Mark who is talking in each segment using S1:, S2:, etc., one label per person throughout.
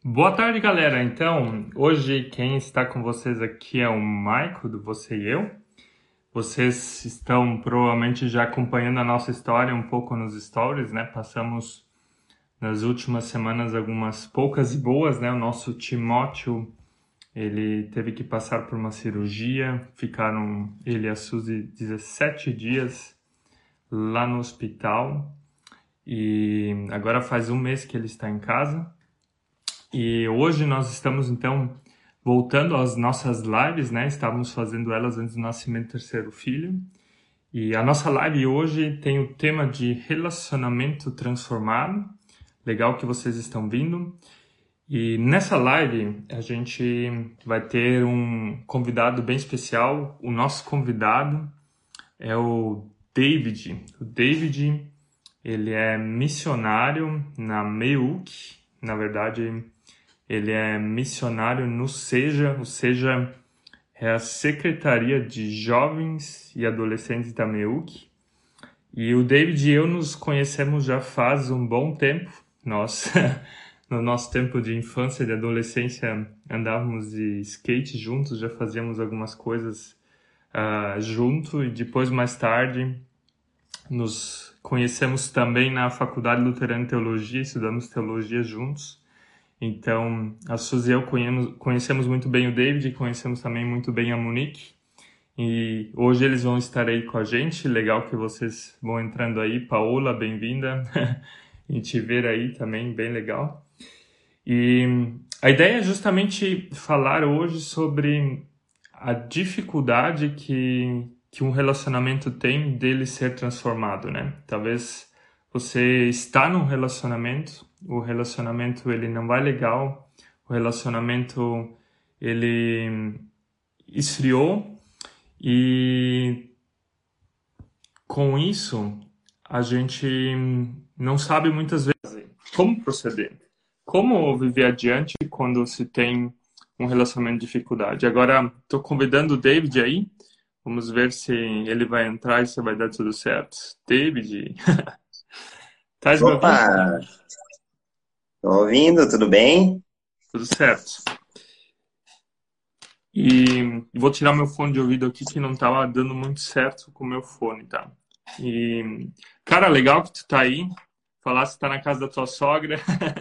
S1: Boa tarde, galera. Então, hoje quem está com vocês aqui é o Maico, do Você e Eu. Vocês estão provavelmente já acompanhando a nossa história um pouco nos stories, né? Passamos nas últimas semanas algumas poucas e boas, né? O nosso Timóteo, ele teve que passar por uma cirurgia, ficaram ele e a Suzy 17 dias lá no hospital e agora faz um mês que ele está em casa. E hoje nós estamos, então, voltando às nossas lives, né? Estávamos fazendo elas antes do nascimento do terceiro filho. E a nossa live hoje tem o tema de relacionamento transformado. Legal que vocês estão vindo. E nessa live a gente vai ter um convidado bem especial. O nosso convidado é o David. O David, ele é missionário na MEUC. Na verdade, ele é missionário no SEJA. O SEJA é a Secretaria de Jovens e Adolescentes da MEUC. E o David e eu nos conhecemos já faz um bom tempo. Nós, no nosso tempo de infância e de adolescência, andávamos de skate juntos, já fazíamos algumas coisas junto. E depois, mais tarde, nos conhecemos também na Faculdade Luterana de Teologia, estudamos teologia juntos. Então, a Suzy e eu conhecemos muito bem o David, conhecemos também muito bem a Monique. E hoje eles vão estar aí com a gente. Legal que vocês vão entrando aí. Paola, bem-vinda. E te ver aí também, bem legal. E a ideia é justamente falar hoje sobre a dificuldade que um relacionamento tem dele ser transformado, né? Talvez você está num relacionamento, o relacionamento ele não vai legal, o relacionamento ele esfriou e com isso a gente não sabe muitas vezes como proceder, como viver adiante quando se tem um relacionamento de dificuldade. Agora, estou convidando o David aí. Vamos ver se ele vai entrar e se vai dar tudo certo. David, tá me ouvindo?
S2: Opa, tô ouvindo, tudo bem?
S1: Tudo certo. E vou tirar meu fone de ouvido aqui que não tava dando muito certo com o meu fone, tá? E, cara, legal que tu tá aí. Falar se tá na casa da tua sogra.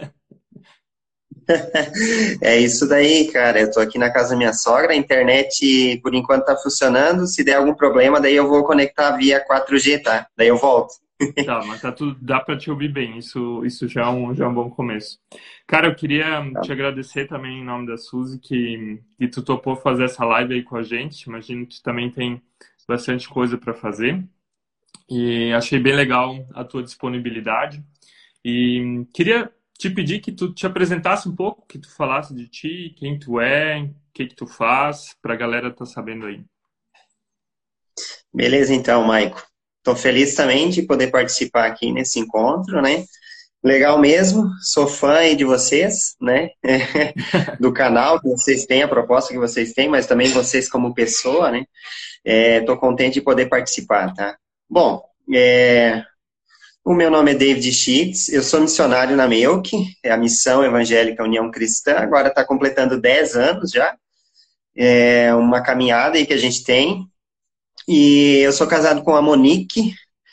S2: É isso daí, cara. Eu tô aqui na casa da minha sogra, a internet por enquanto tá funcionando. Se der algum problema, daí eu vou conectar via 4G, tá? Daí eu volto.
S1: Tá, mas tá tudo, dá pra te ouvir bem. Isso já é um bom começo. Cara, eu queria te agradecer também em nome da Suzy que tu topou fazer essa live aí com a gente. Imagino que tu também tem bastante coisa para fazer. E achei bem legal a tua disponibilidade. E queria te pedir que tu te apresentasse um pouco, que tu falasse de ti, quem tu é, o que tu faz, pra galera tá sabendo aí.
S2: Beleza, então, Maico. Tô feliz também de poder participar aqui nesse encontro, né? Legal mesmo, sou fã aí de vocês, né? Do canal que vocês têm, a proposta que vocês têm, mas também vocês como pessoa, né? Tô contente de poder participar, tá? Bom, o meu nome é David Schitz, eu sou missionário na MEUC, é a Missão Evangélica União Cristã, agora está completando 10 anos já, é uma caminhada aí que a gente tem, e eu sou casado com a Monique,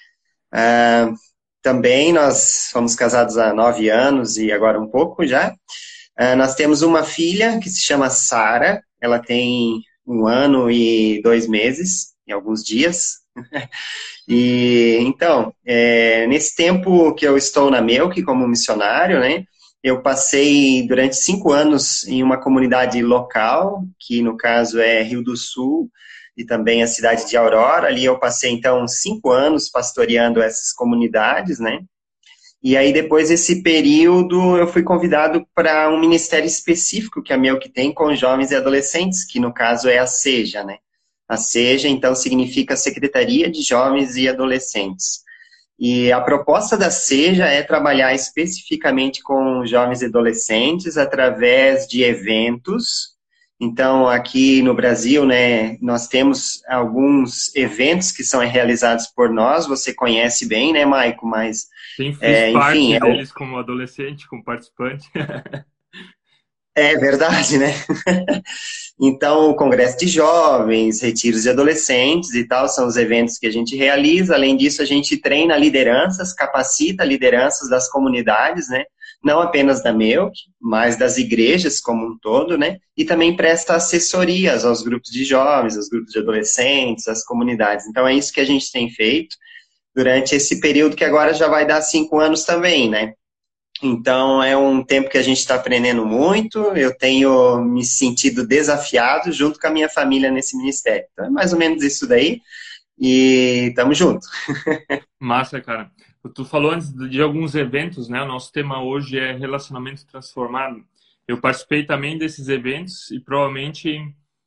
S2: também nós fomos casados há 9 anos e agora um pouco já. Nós temos uma filha que se chama Sara, ela tem 1 ano e 2 meses, em alguns dias. E então, nesse tempo que eu estou na MEUC como missionário, né, eu passei durante 5 anos em uma comunidade local, que no caso é Rio do Sul, e também a cidade de Aurora. Ali eu passei, então, 5 anos pastoreando essas comunidades, né? E aí, depois desse período, eu fui convidado para um ministério específico que a MEUC tem com jovens e adolescentes, que no caso é a SEJA, né? A SEJA, então, significa Secretaria de Jovens e Adolescentes. E a proposta da SEJA é trabalhar especificamente com jovens e adolescentes através de eventos. Então, aqui no Brasil, né, nós temos alguns eventos que são realizados por nós, você conhece bem, né, Maico? Mas,
S1: Sim, fiz
S2: enfim,
S1: parte deles como adolescente, como participante.
S2: É verdade, né? Então, o Congresso de Jovens, retiros de adolescentes e tal, são os eventos que a gente realiza. Além disso, a gente treina lideranças, capacita lideranças das comunidades, né? Não apenas da MEUC, mas das igrejas como um todo, né? E também presta assessorias aos grupos de jovens, aos grupos de adolescentes, às comunidades. Então, é isso que a gente tem feito durante esse período que agora já vai dar 5 anos também, né? Então, é um tempo que a gente está aprendendo muito. Eu tenho me sentido desafiado junto com a minha família nesse ministério. Então, é mais ou menos isso daí. E estamos juntos.
S1: Massa, cara. Tu falou antes de alguns eventos, né? O nosso tema hoje é relacionamento transformado. Eu participei também desses eventos e provavelmente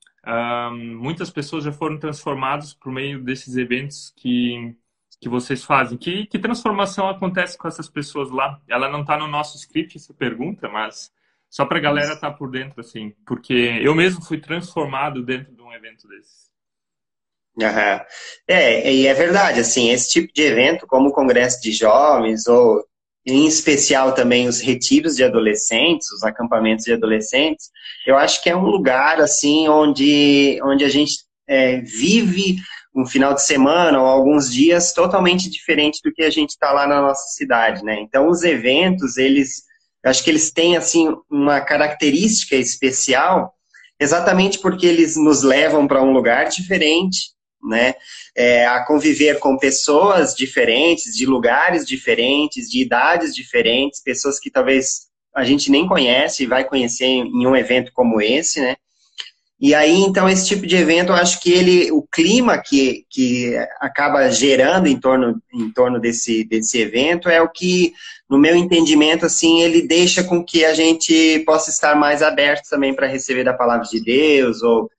S1: muitas pessoas já foram transformadas por meio desses eventos que vocês fazem. Que transformação acontece com essas pessoas lá? Ela não está no nosso script, essa pergunta, mas só para a galera estar por dentro, assim. Porque eu mesmo fui transformado dentro de um evento desses.
S2: Aham. E é verdade, assim, esse tipo de evento, como o Congresso de Jovens, ou em especial também os retiros de adolescentes, os acampamentos de adolescentes, eu acho que é um lugar, assim, onde a gente vive um final de semana ou alguns dias totalmente diferente do que a gente está lá na nossa cidade, né? Então, os eventos, eu acho que eles têm, assim, uma característica especial, exatamente porque eles nos levam para um lugar diferente, né, a conviver com pessoas diferentes, de lugares diferentes, de idades diferentes, pessoas que talvez a gente nem conhece e vai conhecer em um evento como esse, né? E aí, então, esse tipo de evento, eu acho que o clima que acaba gerando em torno desse evento é o que, no meu entendimento, assim, ele deixa com que a gente possa estar mais aberto também para receber da palavra de Deus, ou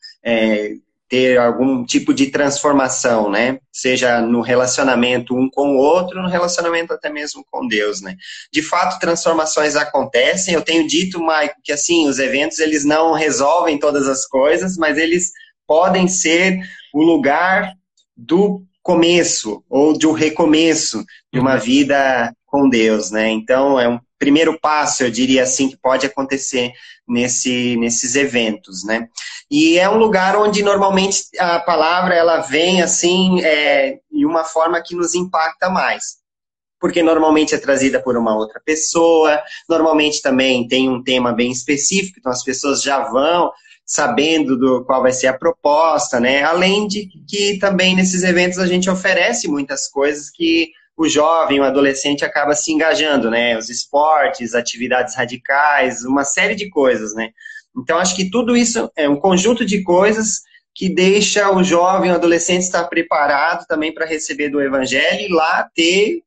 S2: ter algum tipo de transformação, né? Seja no relacionamento um com o outro, no relacionamento até mesmo com Deus, né? De fato, transformações acontecem. Eu tenho dito, Maico, que assim, os eventos eles não resolvem todas as coisas, mas eles podem ser o lugar do começo ou de um recomeço de uma
S1: Uhum.
S2: vida com Deus, né? Então, é um primeiro passo, eu diria assim, que pode acontecer nesses eventos, né? E é um lugar onde normalmente a palavra ela vem assim de uma forma que nos impacta mais, porque normalmente é trazida por uma outra pessoa, normalmente também tem um tema bem específico, então as pessoas já vão sabendo do qual vai ser a proposta, né? Além de que também nesses eventos a gente oferece muitas coisas que o jovem, o adolescente acaba se engajando, né? Os esportes, atividades radicais, uma série de coisas, né? Então acho que tudo isso é um conjunto de coisas que deixa o jovem, o adolescente estar preparado também para receber do evangelho e lá ter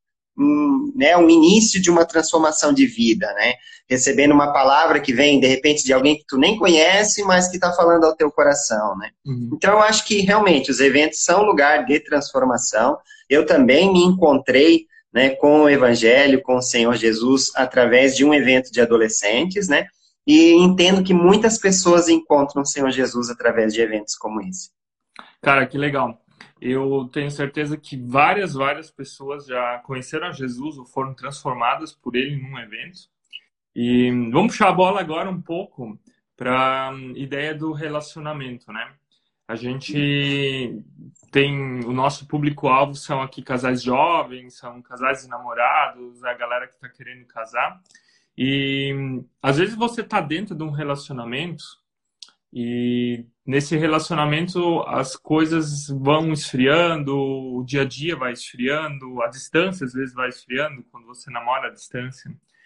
S2: um início de uma transformação de vida, né? Recebendo uma palavra que vem, de repente, de alguém que tu nem conhece, mas que está falando ao teu coração, né?
S1: Uhum.
S2: Então, eu acho que, realmente, os eventos são lugar de transformação. Eu também me encontrei, né, com o Evangelho, com o Senhor Jesus, através de um evento de adolescentes, né? E entendo que muitas pessoas encontram o Senhor Jesus através de eventos como esse.
S1: Cara, que legal. Eu tenho certeza que várias pessoas já conheceram a Jesus ou foram transformadas por ele num evento. E vamos puxar a bola agora um pouco para a ideia do relacionamento, né? A gente tem o nosso público-alvo são aqui casais jovens, são casais de namorados, a galera que está querendo casar. E às vezes você está dentro de um relacionamento e nesse relacionamento as coisas vão esfriando, o dia a dia vai esfriando, a distância às vezes vai esfriando quando você namora à distância.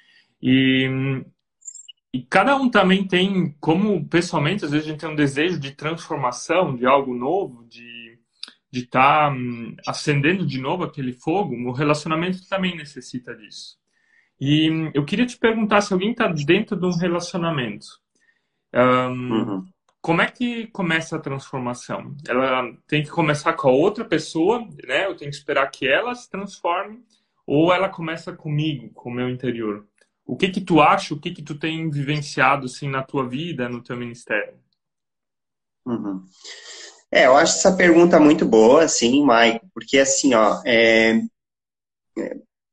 S1: E, e cada um também tem, como pessoalmente, às vezes a gente tem um desejo de transformação, de algo novo, de estar acendendo de novo aquele fogo. O relacionamento também necessita disso. E eu queria te perguntar se alguém está dentro de um relacionamento.
S2: Uhum.
S1: Como é que começa a transformação? Ela tem que começar com a outra pessoa, né? Eu tenho que esperar que ela se transforme, ou ela começa comigo, com o meu interior? O que que tu acha? O que que tu tem vivenciado assim na tua vida, no teu ministério?
S2: Uhum. Eu acho essa pergunta muito boa, assim, Mike, porque assim, ó,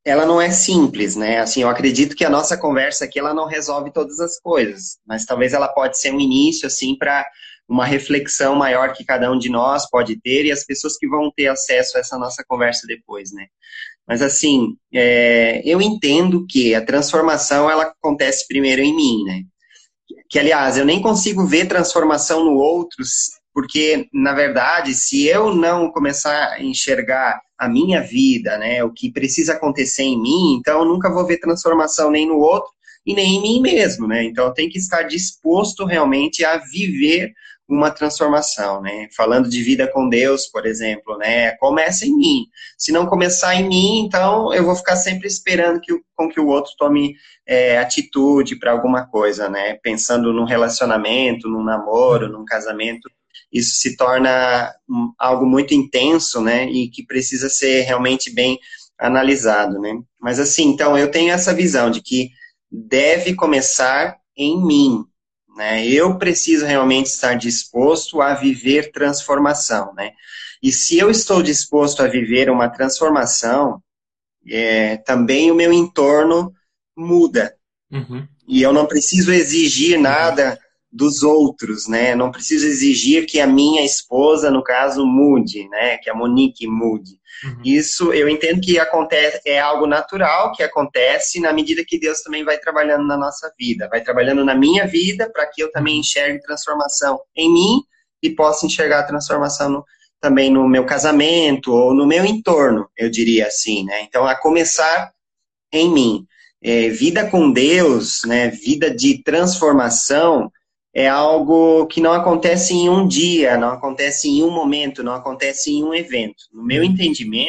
S2: ela não é simples, né? Assim, eu acredito que a nossa conversa aqui, ela não resolve todas as coisas, mas talvez ela pode ser um início, assim, para uma reflexão maior que cada um de nós pode ter e as pessoas que vão ter acesso a essa nossa conversa depois, né? Mas, assim, eu entendo que a transformação, ela acontece primeiro em mim, né? Que, aliás, eu nem consigo ver transformação no outro, porque, na verdade, se eu não começar a enxergar a minha vida, né, o que precisa acontecer em mim, então eu nunca vou ver transformação nem no outro e nem em mim mesmo, né? Então eu tenho que estar disposto realmente a viver uma transformação, né? Falando de vida com Deus, por exemplo, né? Começa em mim. Se não começar em mim, então eu vou ficar sempre esperando com que o outro tome atitude para alguma coisa, né? Pensando num relacionamento, num namoro, num casamento, isso se torna algo muito intenso, né? E que precisa ser realmente bem analisado, né? Mas assim, então eu tenho essa visão de que deve começar em mim, né? Eu preciso realmente estar disposto a viver transformação, né? E se eu estou disposto a viver uma transformação, também o meu entorno muda.
S1: Uhum,
S2: E eu não preciso exigir
S1: uhum,
S2: nada dos outros, né? Não preciso exigir que a minha esposa, no caso, mude, né? Que a Monique mude.
S1: uhum,
S2: Isso eu entendo que acontece, é algo natural que acontece na medida que Deus também vai trabalhando na nossa vida, vai trabalhando na minha vida para que eu também
S1: uhum.
S2: enxergue transformação em mim e possa enxergar a transformação também no meu casamento ou no meu entorno, eu diria assim, né? Então, a começar em mim. Vida com Deus, né, vida de transformação, é algo que não acontece em um dia, não acontece em um momento, não acontece em um evento.
S1: Uhum.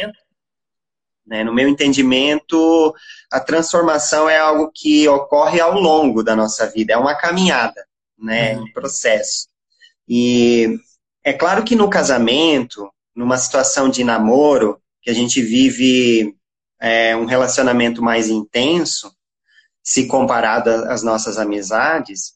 S2: No meu entendimento, a transformação é algo que ocorre ao longo da nossa vida, é uma caminhada, né, um
S1: Uhum.
S2: processo. E é claro que no casamento, numa situação de namoro, que a gente vive um relacionamento mais intenso, se comparado às nossas amizades,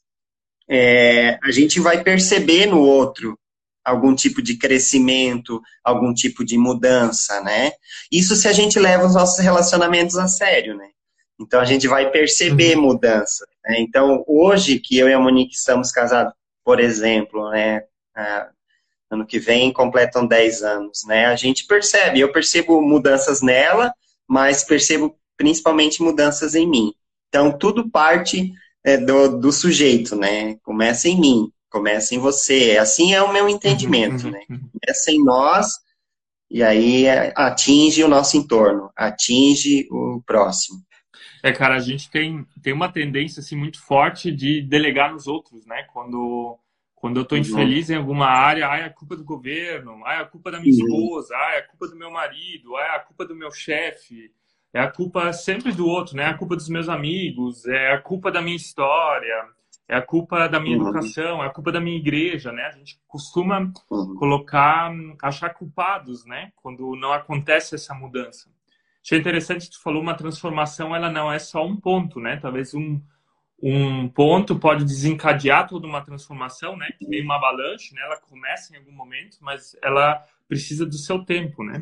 S2: a gente vai perceber no outro algum tipo de crescimento, algum tipo de mudança, né? Isso se a gente leva os nossos relacionamentos a sério, né? Então a gente vai perceber
S1: Uhum.
S2: mudança, né? Então hoje que eu e a Monique estamos casados, por exemplo, né? Ano que vem completam 10 anos, né? A gente percebe, eu percebo mudanças nela, mas percebo principalmente mudanças em mim. Então, tudo parte do sujeito, né? Começa em mim, começa em você. Assim é o meu
S1: Uhum,
S2: entendimento,
S1: uhum,
S2: né?
S1: uhum.
S2: Começa em nós e aí atinge o nosso entorno, atinge o próximo.
S1: Cara, a gente tem uma tendência assim muito forte de delegar nos outros, né? Quando eu tô
S2: Uhum,
S1: infeliz em alguma área, é a culpa do governo, é a culpa da minha
S2: uhum,
S1: esposa, é a culpa do meu marido, é a culpa do meu chefe, é a culpa sempre do outro, né? É a culpa dos meus amigos, é a culpa da minha história, é a culpa da minha
S2: uhum,
S1: educação, é a culpa da minha igreja, né? A gente costuma
S2: uhum,
S1: colocar, achar culpados, né? Quando não acontece essa mudança. Achei interessante que tu falou uma transformação, ela não é só um ponto, né? Talvez um ponto pode desencadear toda uma transformação, né? Que nem uma avalanche, né? Ela começa em algum momento, mas ela precisa do seu tempo, né?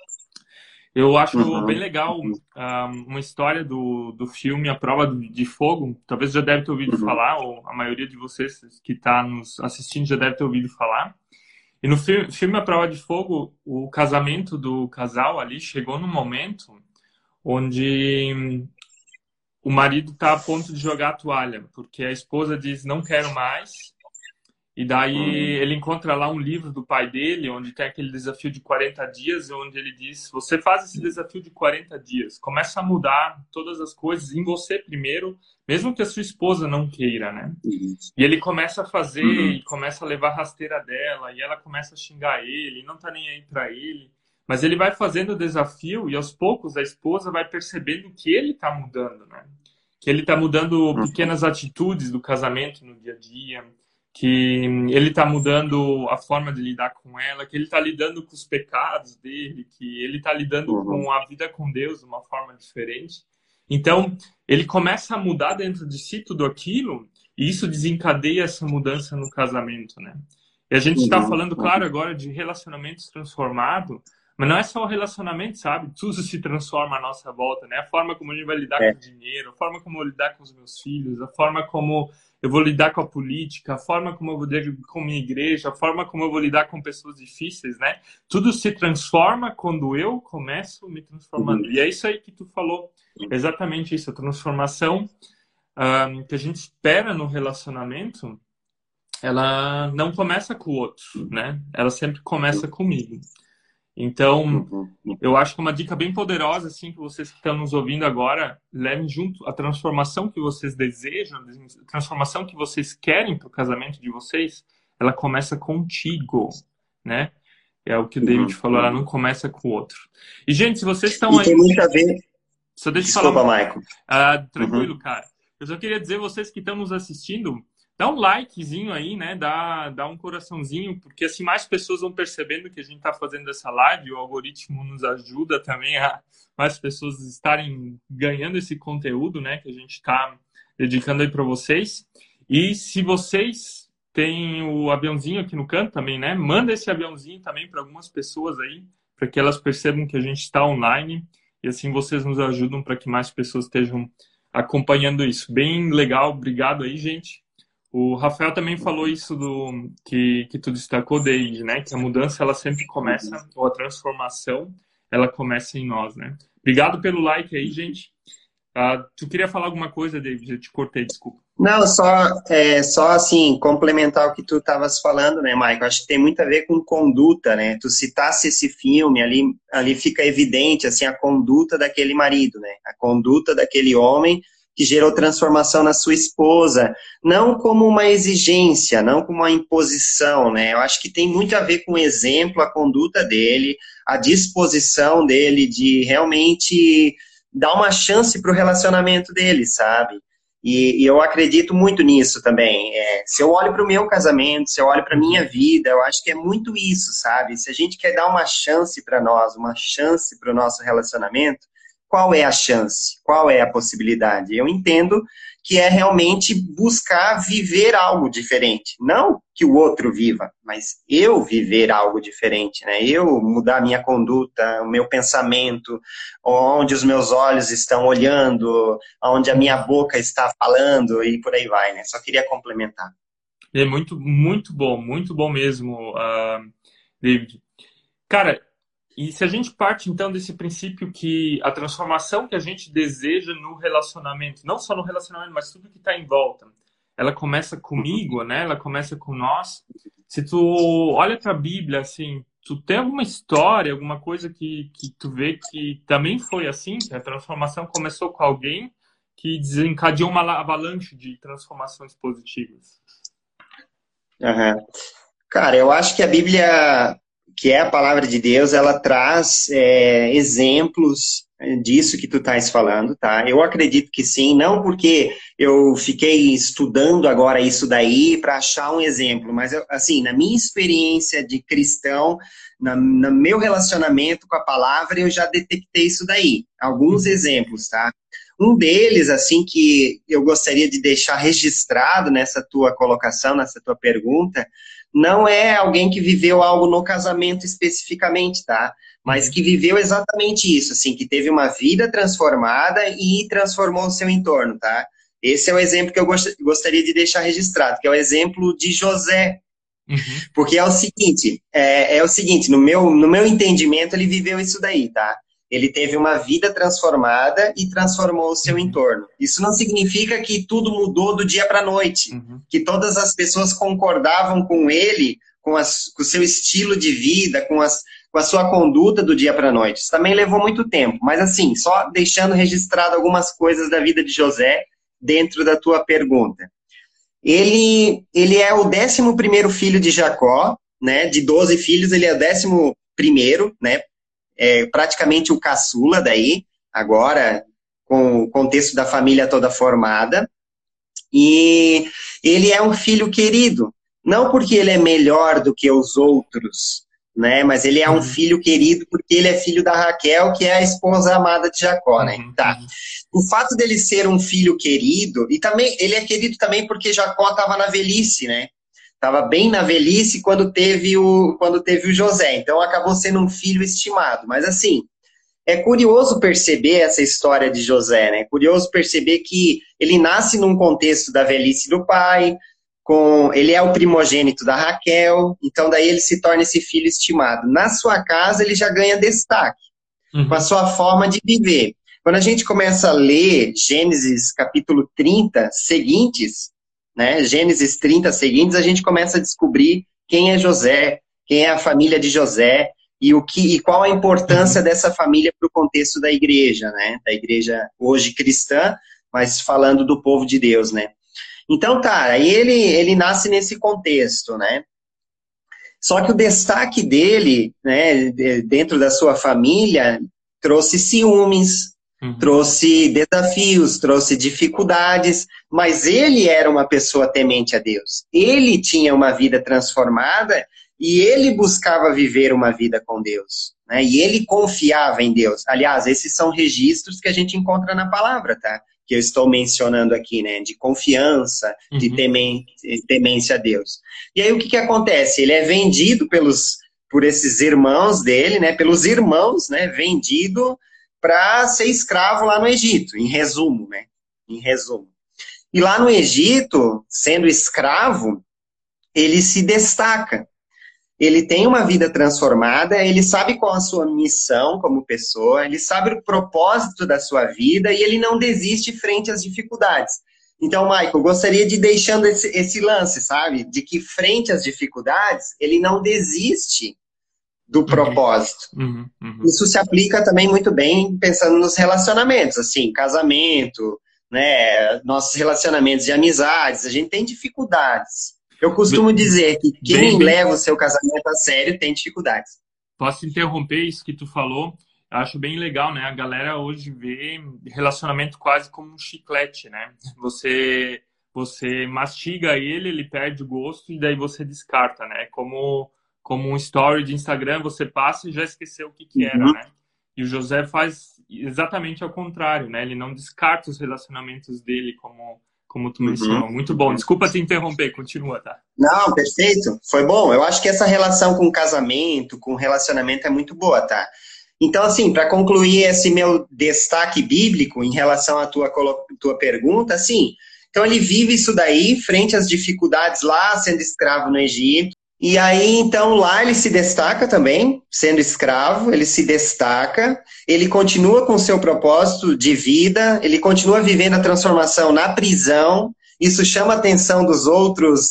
S1: Eu acho bem
S2: uhum,
S1: legal uma história do filme A Prova de Fogo. Talvez já deve ter ouvido
S2: uhum,
S1: falar, ou a maioria de vocês que está nos assistindo já deve ter ouvido falar. E no filme A Prova de Fogo, o casamento do casal ali chegou num momento onde o marido está a ponto de jogar a toalha, porque a esposa diz não quero mais. E daí
S2: uhum,
S1: ele encontra lá um livro do pai dele, onde tem aquele desafio de 40 dias, onde ele diz: você faz esse desafio de 40 dias, começa a mudar todas as coisas em você primeiro, mesmo que a sua esposa não queira, né?
S2: uhum,
S1: E ele começa a fazer
S2: uhum,
S1: e começa a levar a rasteira dela, e ela começa a xingar ele, não tá nem aí pra ele. Mas ele vai fazendo o desafio e aos poucos a esposa vai percebendo que ele tá mudando, né? Que ele tá mudando
S2: uhum,
S1: pequenas atitudes do casamento no dia a dia, que ele tá mudando a forma de lidar com ela, que ele tá lidando com os pecados dele, que ele tá lidando
S2: uhum,
S1: com a vida com Deus de uma forma diferente. Então, ele começa a mudar dentro de si tudo aquilo e isso desencadeia essa mudança no casamento, né? E a gente está
S2: uhum,
S1: falando, claro,
S2: uhum.
S1: agora de relacionamentos transformados, Mas não é só o relacionamento, sabe? Tudo se transforma à nossa volta, né? A forma como a gente vai lidar
S2: É.
S1: com o dinheiro, a forma como eu vou lidar com os meus filhos, a forma como eu vou lidar com a política, a forma como eu vou lidar com a minha igreja, a forma como eu vou lidar com pessoas difíceis, né? Tudo se transforma quando eu começo me transformando.
S2: Uhum.
S1: E é isso aí que tu falou, exatamente isso, a transformação que a gente espera no relacionamento, ela não começa com o outro, né? Ela sempre começa comigo. Então,
S2: Uhum.
S1: eu acho que uma dica bem poderosa, assim, que vocês que estão nos ouvindo agora, levem junto a transformação que vocês desejam, a transformação que vocês querem para o casamento de vocês, ela começa contigo, né? É o que o David
S2: Uhum.
S1: falou, ela não começa com o outro. E, gente, se vocês estão
S2: E tem
S1: aí...
S2: muito a ver.
S1: Só deixa eu falar
S2: Desculpa,
S1: uma...
S2: Michael.
S1: tranquilo,
S2: Uhum.
S1: cara. Eu só queria dizer, vocês que estão nos assistindo, dá um likezinho aí, né? Dá um coraçãozinho, porque assim mais pessoas vão percebendo que a gente está fazendo essa live. O algoritmo nos ajuda também a mais pessoas estarem ganhando esse conteúdo, né? Que a gente está dedicando aí para vocês. E se vocês têm o aviãozinho aqui no canto também, né? Manda esse aviãozinho também para algumas pessoas aí, para que elas percebam que a gente está online. E assim vocês nos ajudam para que mais pessoas estejam acompanhando isso. Bem legal, obrigado aí, gente. O Rafael também falou isso que tu destacou, David, né? Que a mudança ela sempre começa, ou a transformação, ela começa em nós, né? Obrigado pelo like aí, gente. Tu queria falar alguma coisa, David? Eu te cortei, desculpa.
S2: Não, só assim, complementar o que tu estavas falando, né, Michael? Acho que tem muito a ver com conduta, né? Tu citasse esse filme, ali fica evidente, assim, a conduta daquele marido, né? A conduta daquele homem que gerou transformação na sua esposa, não como uma exigência, não como uma imposição, né? Eu acho que tem muito a ver com o exemplo, a conduta dele, a disposição dele de realmente dar uma chance para o relacionamento dele, sabe? E eu acredito muito nisso também. Se eu olho para o meu casamento, se eu olho para a minha
S1: Uhum.
S2: vida, eu acho que é muito isso, sabe? Se a gente quer dar uma chance para nós, uma chance para o nosso relacionamento, qual é a chance? Qual é a possibilidade? Eu entendo que é realmente buscar viver algo diferente. Não que o outro viva, mas eu viver algo diferente, né? Eu mudar a minha conduta, o meu pensamento, onde os meus olhos estão olhando, onde a minha boca está falando e por aí vai, né? Só queria complementar.
S1: É muito bom mesmo, David. Cara, e se a gente parte então desse princípio que a transformação que a gente deseja no relacionamento, não só no relacionamento, mas tudo que está em volta, ela começa comigo, né? Ela começa com nós. Se tu olha para a Bíblia, assim, tu tem alguma história, alguma coisa que tu vê que também foi assim, que a transformação começou com alguém que desencadeou uma avalanche de transformações positivas.
S2: Uhum. Cara, eu acho que a Bíblia, que é a palavra de Deus, ela traz exemplos disso que tu estás falando, tá? Eu acredito que sim, não porque eu fiquei estudando agora isso daí para achar um exemplo, mas assim, na minha experiência de cristão, no meu relacionamento com a palavra, eu já detectei isso daí. Alguns
S1: Uhum.
S2: exemplos, tá? Um deles, assim, que eu gostaria de deixar registrado nessa tua colocação, nessa tua pergunta, não é alguém que viveu algo no casamento especificamente, tá? Mas
S1: Uhum.
S2: que viveu exatamente isso, assim, que teve uma vida transformada e transformou o seu entorno, tá? Esse é o exemplo que eu gostaria de deixar registrado, que é o exemplo de José,
S1: Uhum.
S2: porque é o seguinte, no meu entendimento, ele viveu isso daí, tá? Ele teve uma vida transformada e transformou o seu
S1: Uhum.
S2: entorno. Isso não significa que tudo mudou do dia para a noite,
S1: Uhum.
S2: que todas as pessoas concordavam com ele, com o seu estilo de vida, com a sua conduta do dia para a noite. Isso também levou muito tempo. Mas assim, só deixando registrado algumas coisas da vida de José dentro da tua pergunta. Ele é o 11º filho de Jacó, né? De 12 filhos, ele é o 11º, né? Praticamente o caçula daí, agora, com o contexto da família toda formada. E ele é um filho querido, não porque ele é melhor do que os outros, né? Mas ele é um
S1: Uhum.
S2: filho querido porque ele é filho da Raquel, que é a esposa amada de Jacó, né?
S1: Uhum.
S2: Tá.
S1: Uhum.
S2: O fato dele ser um filho querido, e também ele é querido também porque Jacó estava na velhice, né? Estava bem na velhice quando teve o José. Então, acabou sendo um filho estimado. Mas, assim, é curioso perceber essa história de José, né? É curioso perceber que ele nasce num contexto da velhice do pai, ele é o primogênito da Raquel, então daí ele se torna esse filho estimado. Na sua casa, ele já ganha destaque, com a sua forma de viver. Quando a gente começa a ler Gênesis capítulo 30 seguintes, né? Gênesis 30 seguintes, a gente começa a descobrir quem é José, quem é a família de José, e qual a importância dessa família para o contexto da igreja, né? Da igreja hoje cristã, mas falando do povo de Deus, né? Então tá, aí ele nasce nesse contexto, né? Só que o destaque dele, né, dentro da sua família, trouxe ciúmes, trouxe desafios, trouxe dificuldades, mas ele era uma pessoa temente a Deus. Ele tinha uma vida transformada e ele buscava viver uma vida com Deus, né? E ele confiava em Deus. Aliás, esses são registros que a gente encontra na palavra, tá? Que eu estou mencionando aqui, né? De confiança, de temência a Deus. E aí o que acontece? Ele é vendido por esses irmãos dele, né? Pelos irmãos, né? Vendido para ser escravo lá no Egito, em resumo, né? Em resumo. E lá no Egito, sendo escravo, ele se destaca. Ele tem uma vida transformada, ele sabe qual a sua missão como pessoa, ele sabe o propósito da sua vida e ele não desiste frente às dificuldades. Então, Michael, gostaria de ir deixando esse lance, sabe? De que frente às dificuldades, ele não desiste do propósito. Isso se aplica também muito bem pensando nos relacionamentos, assim, casamento, né? Nossos relacionamentos de amizades, a gente tem dificuldades. Eu costumo dizer que quem leva o seu casamento a sério tem dificuldades.
S1: Posso interromper isso que tu falou? Eu acho bem legal, né? A galera hoje vê relacionamento quase como um chiclete, né? Você mastiga ele perde o gosto e daí você descarta, né? Como um story de Instagram, você passa e já esqueceu o que era, né? E o José faz exatamente ao contrário, né? Ele não descarta os relacionamentos dele como tu mencionou. Muito bom. Desculpa te interromper, continua, tá?
S2: Não, perfeito. Foi bom. Eu acho que essa relação com casamento, com relacionamento é muito boa, tá? Então, assim, para concluir esse meu destaque bíblico em relação à tua pergunta, assim, então ele vive isso daí, frente às dificuldades lá, sendo escravo no Egito. E aí, então, lá ele se destaca também, sendo escravo, ele se destaca, ele continua com o seu propósito de vida, ele continua vivendo a transformação na prisão, isso chama a atenção dos outros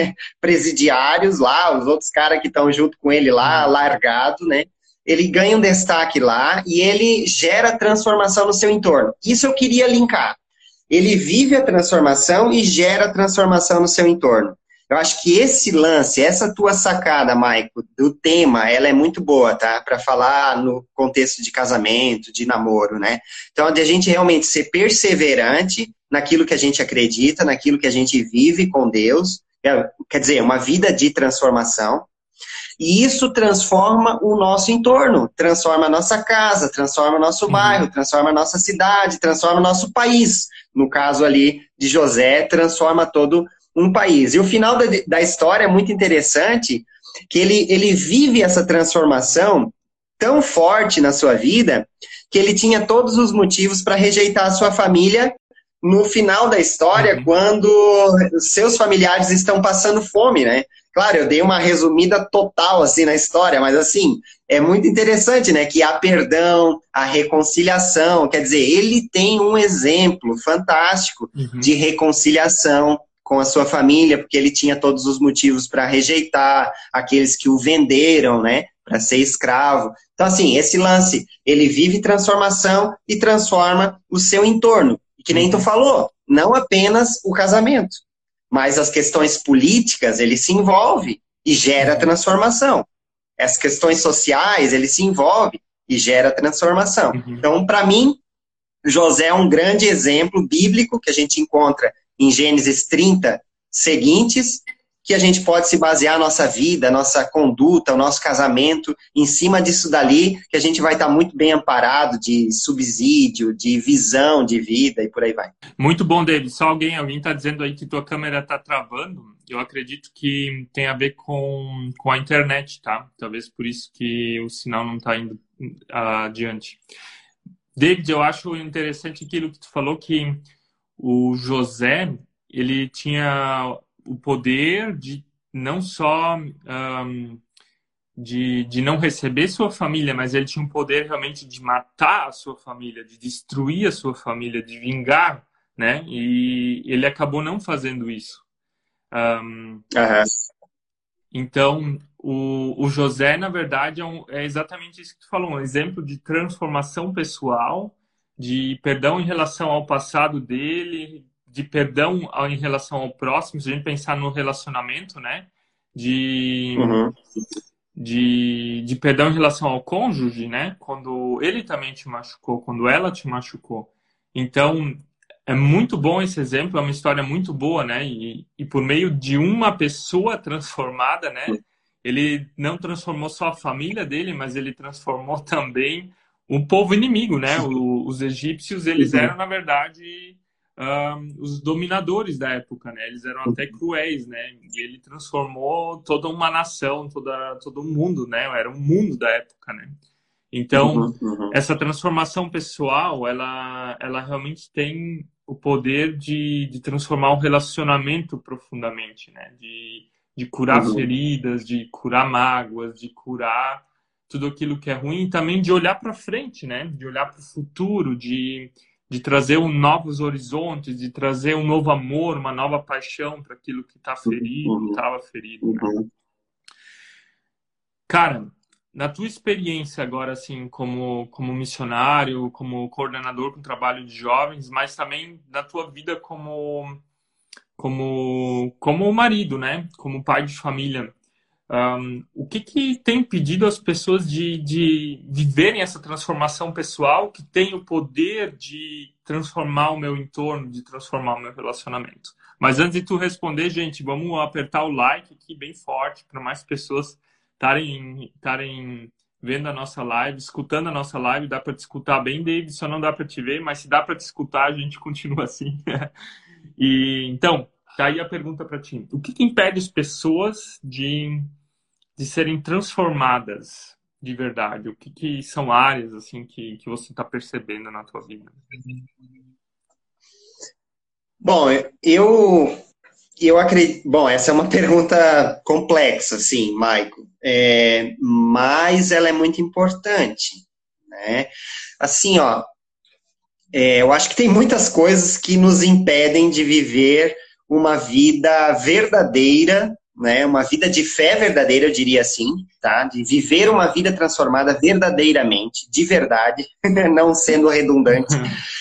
S2: presidiários lá, os outros caras que estão junto com ele lá, largado, né? Ele ganha um destaque lá e ele gera transformação no seu entorno. Isso eu queria linkar. Ele vive a transformação e gera transformação no seu entorno. Eu acho que esse lance, essa tua sacada, Maico, do tema, ela é muito boa, tá? Para falar no contexto de casamento, de namoro, né? Então, de a gente realmente ser perseverante naquilo que a gente acredita, naquilo que a gente vive com Deus, quer dizer, uma vida de transformação. E isso transforma o nosso entorno, transforma a nossa casa, transforma o nosso bairro, transforma a nossa cidade, transforma o nosso país. No caso ali de José, transforma todo um país. E o final da história é muito interessante, que ele vive essa transformação tão forte na sua vida, que ele tinha todos os motivos para rejeitar a sua família no final da história, quando seus familiares estão passando fome, né? Claro, eu dei uma resumida total, assim, na história, mas, assim, é muito interessante, né? Que há perdão, há reconciliação, quer dizer, ele tem um exemplo fantástico de reconciliação com a sua família, porque ele tinha todos os motivos para rejeitar aqueles que o venderam, né? Para ser escravo. Então, assim, esse lance, ele vive transformação e transforma o seu entorno. E que nem tu falou, não apenas o casamento, mas as questões políticas, ele se envolve e gera transformação. As questões sociais, ele se envolve e gera transformação. Então, para mim, José é um grande exemplo bíblico que a gente encontra em Gênesis 30 seguintes, que a gente pode se basear a nossa vida, a nossa conduta, o nosso casamento, em cima disso dali, que a gente vai estar muito bem amparado de subsídio, de visão de vida e por aí vai.
S1: Muito bom, David. Só alguém está dizendo aí que tua câmera está travando. Eu acredito que tem a ver com a internet, tá? Talvez por isso que o sinal não está indo adiante. David, eu acho interessante aquilo que tu falou, que o José, ele tinha o poder de não só de não receber sua família, mas ele tinha o poder realmente de matar a sua família, de destruir a sua família, de vingar, né? E ele acabou não fazendo isso. Então, o José, na verdade, é exatamente isso que tu falou, um exemplo de transformação pessoal, de perdão em relação ao passado dele, de perdão em relação ao próximo, se a gente pensar no relacionamento, né? De perdão em relação ao cônjuge, né? Quando ele também te machucou, quando ela te machucou. Então, é muito bom esse exemplo, é uma história muito boa, né? E por meio de uma pessoa transformada, né? Ele não transformou só a família dele, mas ele transformou também o povo inimigo, né? Os egípcios, eles eram, na verdade, os dominadores da época, né? Eles eram até cruéis, né? E ele transformou toda uma nação, todo um mundo, né? Era um mundo da época, né? Então, essa transformação pessoal, ela realmente tem o poder de transformar o relacionamento profundamente, né? De curar feridas, de curar mágoas, de curar tudo aquilo que é ruim e também de olhar para frente, né? De olhar para o futuro, de trazer novos horizontes, de trazer um novo amor, uma nova paixão para aquilo que está ferido, estava ferido, né? Cara, na tua experiência agora, assim, como missionário, como coordenador com trabalho de jovens, mas também na tua vida como marido, né? Como pai de família, o que tem impedido as pessoas de viverem essa transformação pessoal que tem o poder de transformar o meu entorno, de transformar o meu relacionamento? Mas antes de tu responder, gente, vamos apertar o like aqui bem forte para mais pessoas estarem vendo a nossa live, escutando a nossa live. Dá para te escutar bem, David, só não dá para te ver, mas se dá para te escutar, a gente continua assim. E então, tá aí a pergunta para ti. O que impede as pessoas de serem transformadas de verdade? O que são áreas assim que você está percebendo na tua vida?
S2: Bom, eu acredito. Bom, essa é uma pergunta complexa, sim, Maico. Mas ela é muito importante, né? Assim, ó, eu acho que tem muitas coisas que nos impedem de viver uma vida verdadeira, né? Uma vida de fé verdadeira, eu diria assim, tá? De viver uma vida transformada verdadeiramente, de verdade, não sendo redundante.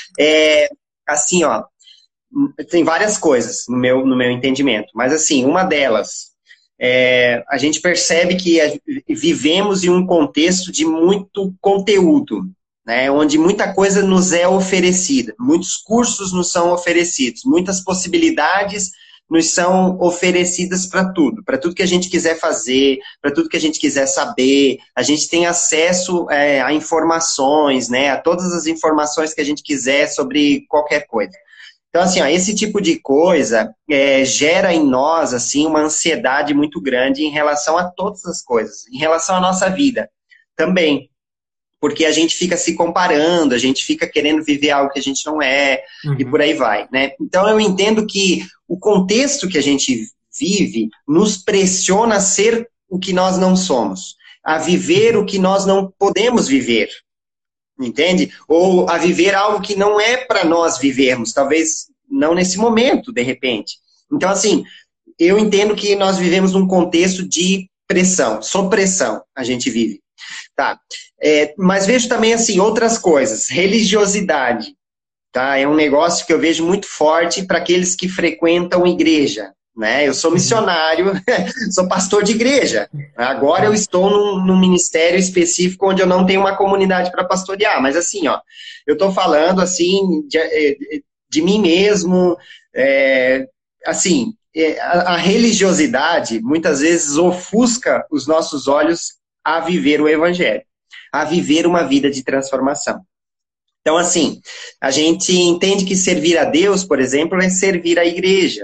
S2: Assim, ó, tem várias coisas no meu entendimento, mas assim, uma delas, a gente percebe que vivemos em um contexto de muito conteúdo, né, onde muita coisa nos é oferecida, muitos cursos nos são oferecidos, muitas possibilidades nos são oferecidas para tudo que a gente quiser fazer, para tudo que a gente quiser saber, a gente tem acesso a informações, né, a todas as informações que a gente quiser sobre qualquer coisa. Então, assim, ó, esse tipo de coisa gera em nós, assim, uma ansiedade muito grande em relação a todas as coisas, em relação à nossa vida também, porque a gente fica se comparando, a gente fica querendo viver algo que a gente não é, e por aí vai, né? Então, eu entendo que o contexto que a gente vive nos pressiona a ser o que nós não somos, a viver o que nós não podemos viver, entende? Ou a viver algo que não é para nós vivermos, talvez não nesse momento, de repente. Então, assim, eu entendo que nós vivemos num contexto de pressão, sob pressão a gente vive, tá? Mas vejo também, assim, outras coisas, religiosidade, tá? É um negócio que eu vejo muito forte para aqueles que frequentam igreja, né? Eu sou missionário, sou pastor de igreja. Agora eu estou num ministério específico onde eu não tenho uma comunidade para pastorear, mas assim, ó, eu estou falando assim de mim mesmo, assim, a religiosidade muitas vezes ofusca os nossos olhos a viver o evangelho, a viver uma vida de transformação. Então, assim, a gente entende que servir a Deus, por exemplo, é servir a igreja.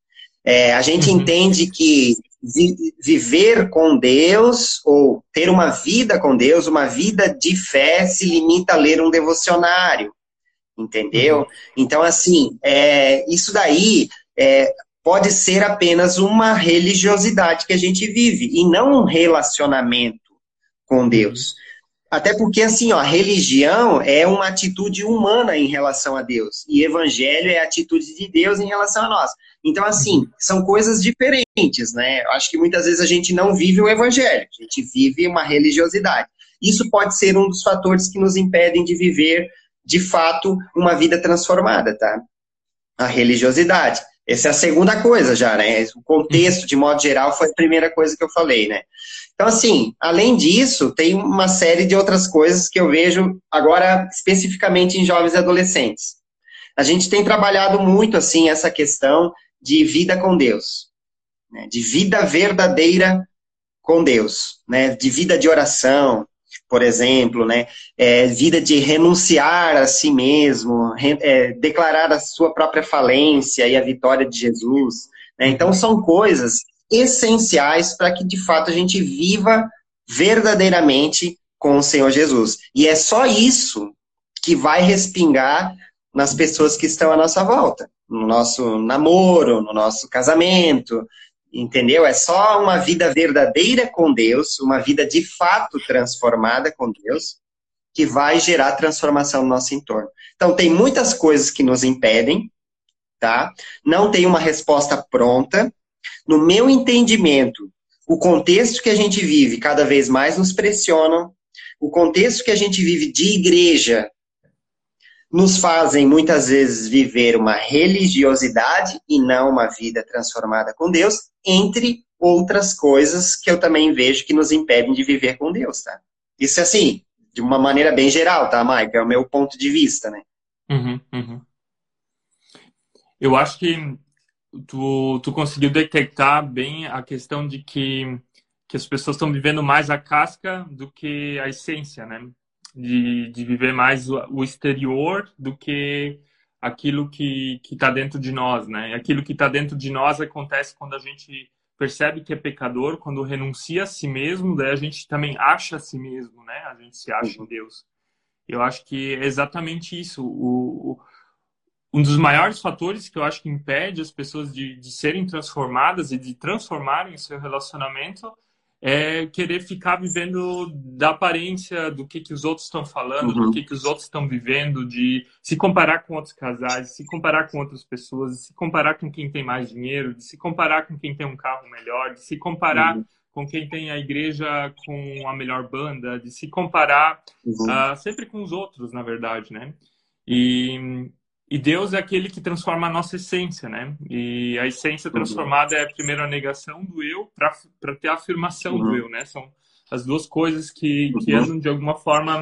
S2: A gente entende que viver com Deus, ou ter uma vida com Deus, uma vida de fé, se limita a ler um devocionário, entendeu? Então, assim, isso daí pode ser apenas uma religiosidade que a gente vive, e não um relacionamento com Deus. Até porque, assim, ó, a religião é uma atitude humana em relação a Deus. E evangelho é a atitude de Deus em relação a nós. Então, assim, são coisas diferentes, né? Eu acho que muitas vezes a gente não vive o evangelho. A gente vive uma religiosidade. Isso pode ser um dos fatores que nos impedem de viver, de fato, uma vida transformada, tá? A religiosidade. Essa é a segunda coisa já, né? O contexto, de modo geral, foi a primeira coisa que eu falei, né? Então, assim, além disso, tem uma série de outras coisas que eu vejo agora especificamente em jovens e adolescentes. A gente tem trabalhado muito, assim, essa questão de vida com Deus, né? De vida verdadeira com Deus, né? De vida de oração, por exemplo, né? Vida de renunciar a si mesmo, declarar a sua própria falência e a vitória de Jesus, né? Então, são coisas essenciais para que, de fato, a gente viva verdadeiramente com o Senhor Jesus. E é só isso que vai respingar nas pessoas que estão à nossa volta, no nosso namoro, no nosso casamento, entendeu? É só uma vida verdadeira com Deus, uma vida de fato transformada com Deus, que vai gerar transformação no nosso entorno. Então, tem muitas coisas que nos impedem, tá? Não tem uma resposta pronta. No meu entendimento, o contexto que a gente vive cada vez mais nos pressiona, o contexto que a gente vive de igreja nos fazem muitas vezes viver uma religiosidade e não uma vida transformada com Deus, entre outras coisas que eu também vejo que nos impedem de viver com Deus, tá? Isso é assim, de uma maneira bem geral, tá, Mike? É o meu ponto de vista, né?
S1: Eu acho que tu conseguiu detectar bem a questão de que as pessoas estão vivendo mais a casca do que a essência, né? De viver mais o exterior do que aquilo que está dentro de nós, né? Aquilo que está dentro de nós acontece quando a gente percebe que é pecador, quando renuncia a si mesmo, daí a gente também acha a si mesmo, né? A gente se acha em Deus. Eu acho que é exatamente isso. Um dos maiores fatores que eu acho que impede as pessoas de serem transformadas e de transformarem o seu relacionamento é querer ficar vivendo da aparência do que os outros estão falando, do que os outros estão vivendo, de se comparar com outros casais, de se comparar com outras pessoas, de se comparar com quem tem mais dinheiro, de se comparar com quem tem um carro melhor, de se comparar com quem tem a igreja com a melhor banda, de se comparar sempre com os outros, na verdade, né? E Deus é aquele que transforma a nossa essência, né? E a essência transformada é primeiro a negação do eu para ter a afirmação do eu, né? São as duas coisas que andam de alguma forma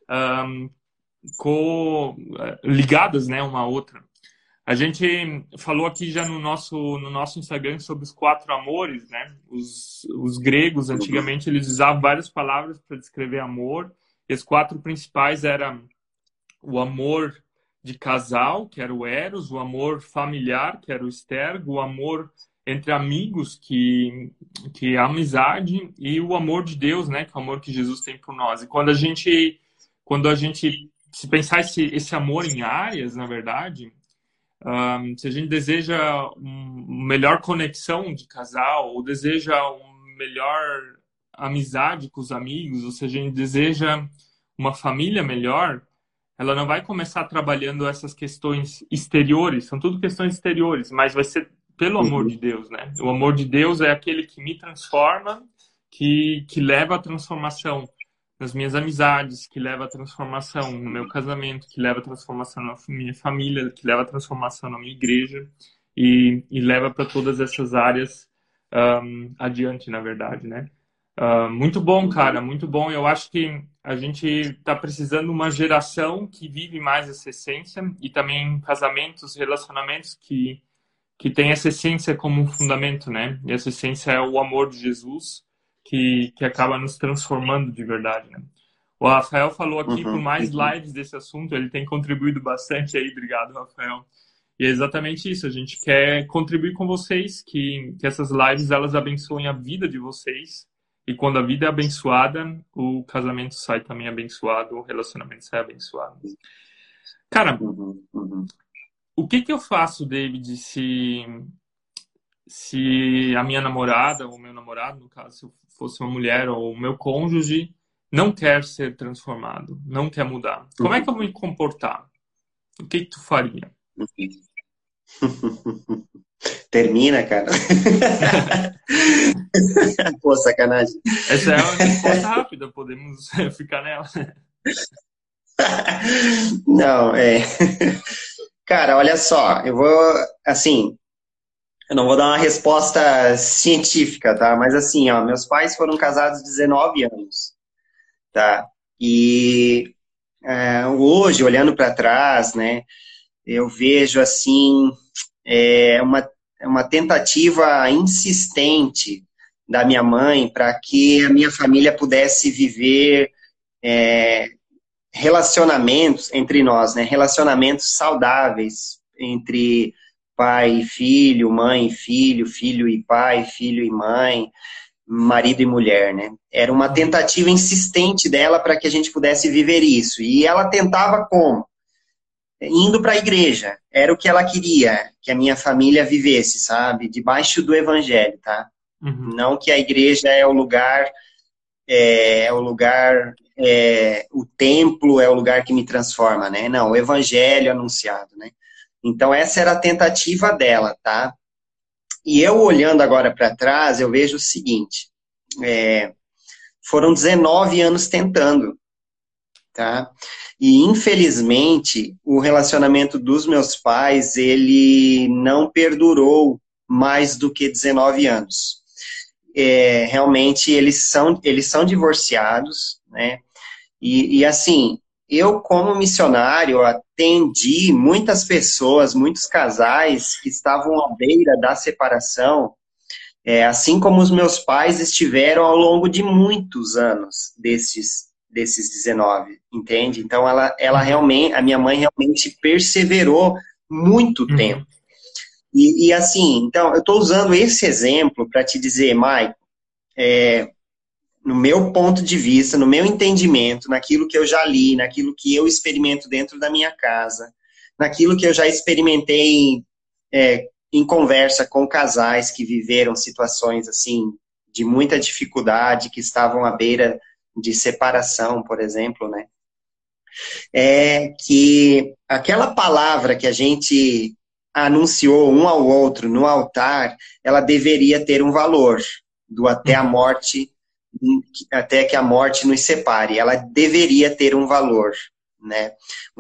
S1: ligadas, né, uma à outra. A gente falou aqui já no nosso Instagram sobre os 4 amores, né? Os gregos, antigamente, eles usavam várias palavras para descrever amor. E as 4 principais eram o amor de casal, que era o eros, o amor familiar, que era o estergo, o amor entre amigos, que é a amizade, e o amor de Deus, né, que é o amor que Jesus tem por nós. E quando a gente se pensar esse amor em áreas, na verdade, se a gente deseja uma melhor conexão de casal, ou deseja uma melhor amizade com os amigos, ou se a gente deseja uma família melhor, ela não vai começar trabalhando essas questões exteriores, são tudo questões exteriores, mas vai ser pelo amor de Deus, né? O amor de Deus é aquele que me transforma, que leva à transformação nas minhas amizades, que leva à transformação no meu casamento, que leva à transformação na minha família, que leva à transformação na minha igreja e leva para todas essas áreas adiante, na verdade, né? Muito bom, cara, muito bom. Eu acho que a gente está precisando de uma geração que vive mais essa essência e também casamentos, relacionamentos que que tem essa essência como um fundamento, né? E essa essência é o amor de Jesus que acaba nos transformando de verdade, né? O Rafael falou aqui por
S2: Uhum,
S1: mais
S2: uhum,
S1: lives desse assunto, ele tem contribuído bastante aí, obrigado, Rafael. E é exatamente isso, a gente quer contribuir com vocês, que essas lives elas abençoem a vida de vocês. E quando a vida é abençoada, o casamento sai também abençoado, o relacionamento sai abençoado. Cara,
S2: uhum, uhum.
S1: o que que eu faço, David, se a minha namorada ou o meu namorado, no caso, se eu fosse uma mulher ou o meu cônjuge, não quer ser transformado, não quer mudar? Como é que eu vou me comportar? O que que tu faria?
S2: Termina, cara. Pô, sacanagem.
S1: Essa é a resposta rápida, podemos ficar nela.
S2: Não, cara, olha só, eu vou, assim, eu não vou dar uma resposta científica, tá? Mas assim, ó, meus pais foram casados 19 anos, tá? E hoje, olhando para trás, né, eu vejo assim, é uma, é uma tentativa insistente da minha mãe para que a minha família pudesse viver relacionamentos entre nós, né? Relacionamentos saudáveis entre pai e filho, mãe e filho, filho e pai, filho e mãe, marido e mulher, né? Era uma
S1: Uhum,
S2: tentativa insistente dela para que a gente pudesse viver isso. E ela tentava como? Indo para a igreja. Era o que ela queria que a minha família vivesse, sabe? Debaixo do evangelho, tá?
S1: uhum,
S2: Não que a igreja o templo é o lugar que me transforma, né? Não, o evangelho anunciado, né? Então, essa era a tentativa dela, tá? E eu, olhando agora para trás, eu vejo o seguinte: foram 19 anos tentando, tá? E, infelizmente, o relacionamento dos meus pais, ele não perdurou mais do que 19 anos. Realmente, eles são divorciados, né? E assim, eu, como missionário, atendi muitas pessoas, muitos casais que estavam à beira da separação, assim como os meus pais estiveram ao longo de muitos anos desses 19, entende? Então, ela
S1: uhum,
S2: realmente, a minha mãe realmente perseverou muito tempo.
S1: uhum,
S2: E assim, então, eu estou usando esse exemplo para te dizer, Mike, no meu ponto de vista, no meu entendimento, naquilo que eu já li, naquilo que eu experimento dentro da minha casa, naquilo que eu já experimentei em conversa com casais que viveram situações assim de muita dificuldade, que estavam à beira de separação, por exemplo, né? É que aquela palavra que a gente anunciou um ao outro no altar, ela deveria ter um valor do
S1: uhum,
S2: até que a morte nos separe. Ela deveria ter um valor, né?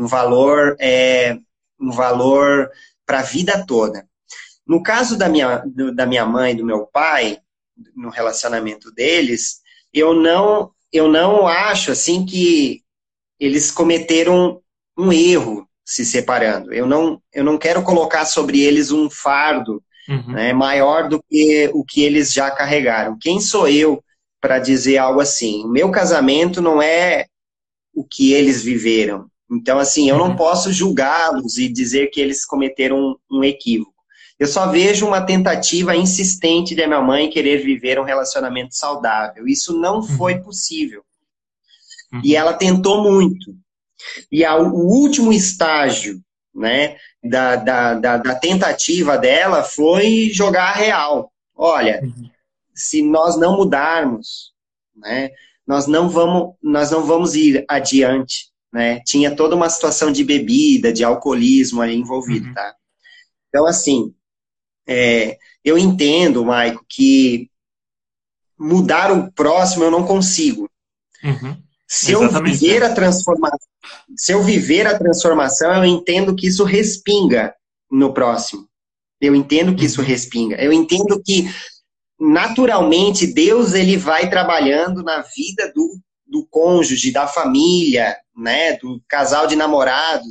S2: Um valor para a vida toda. No caso da minha mãe e do meu pai, no relacionamento deles, eu não acho assim que eles cometeram um erro se separando. Eu não quero colocar sobre eles um fardo,
S1: uhum,
S2: né, maior do que o que eles já carregaram. Quem sou eu para dizer algo assim? O meu casamento não é o que eles viveram. Então, assim, eu não
S1: uhum,
S2: posso julgá-los e dizer que eles cometeram um equívoco. Eu só vejo uma tentativa insistente da minha mãe querer viver um relacionamento saudável. Isso não foi
S1: uhum,
S2: possível. E
S1: uhum,
S2: ela tentou muito. E o último estágio, né, da tentativa dela foi jogar a real. Olha,
S1: uhum,
S2: se nós não mudarmos, né, nós não vamos ir adiante, né? Tinha toda uma situação de bebida, de alcoolismo ali envolvido,
S1: uhum,
S2: tá? Então, assim, eu entendo, Maico, que mudar o próximo eu não consigo.
S1: uhum.
S2: Se eu
S1: Exatamente,
S2: viver
S1: é.
S2: a transformação Se eu viver a transformação, eu entendo que isso respinga no próximo. Eu entendo que isso
S1: Uhum,
S2: respinga. Eu entendo que, naturalmente, Deus ele vai trabalhando na vida do cônjuge, da família, né, do casal de namorados,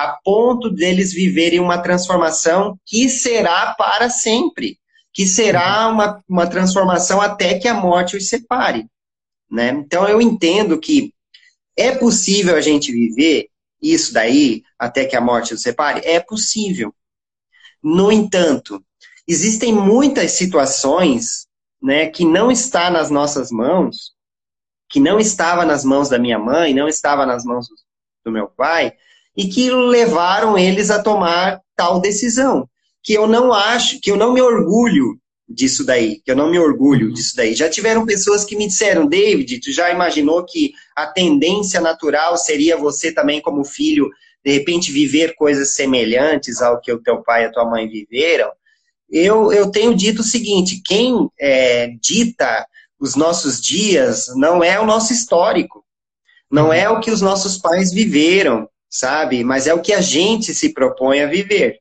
S2: a ponto deles viverem uma transformação que será para sempre, que será uma transformação até que a morte os separe, né? Então eu entendo que é possível a gente viver isso daí até que a morte os separe? É possível. No entanto, existem muitas situações, né, que não está nas nossas mãos, que não estava nas mãos da minha mãe, não estava nas mãos do meu pai, e que levaram eles a tomar tal decisão, que eu não acho, que eu não me orgulho disso daí, que eu não me orgulho disso daí. Já tiveram pessoas que me disseram, David, tu já imaginou que a tendência natural seria você também como filho, de repente, viver coisas semelhantes ao que o teu pai e a tua mãe viveram? Eu tenho dito o seguinte, quem dita os nossos dias não é o nosso histórico, não é o que os nossos pais viveram, sabe? Mas é o que a gente se propõe a viver.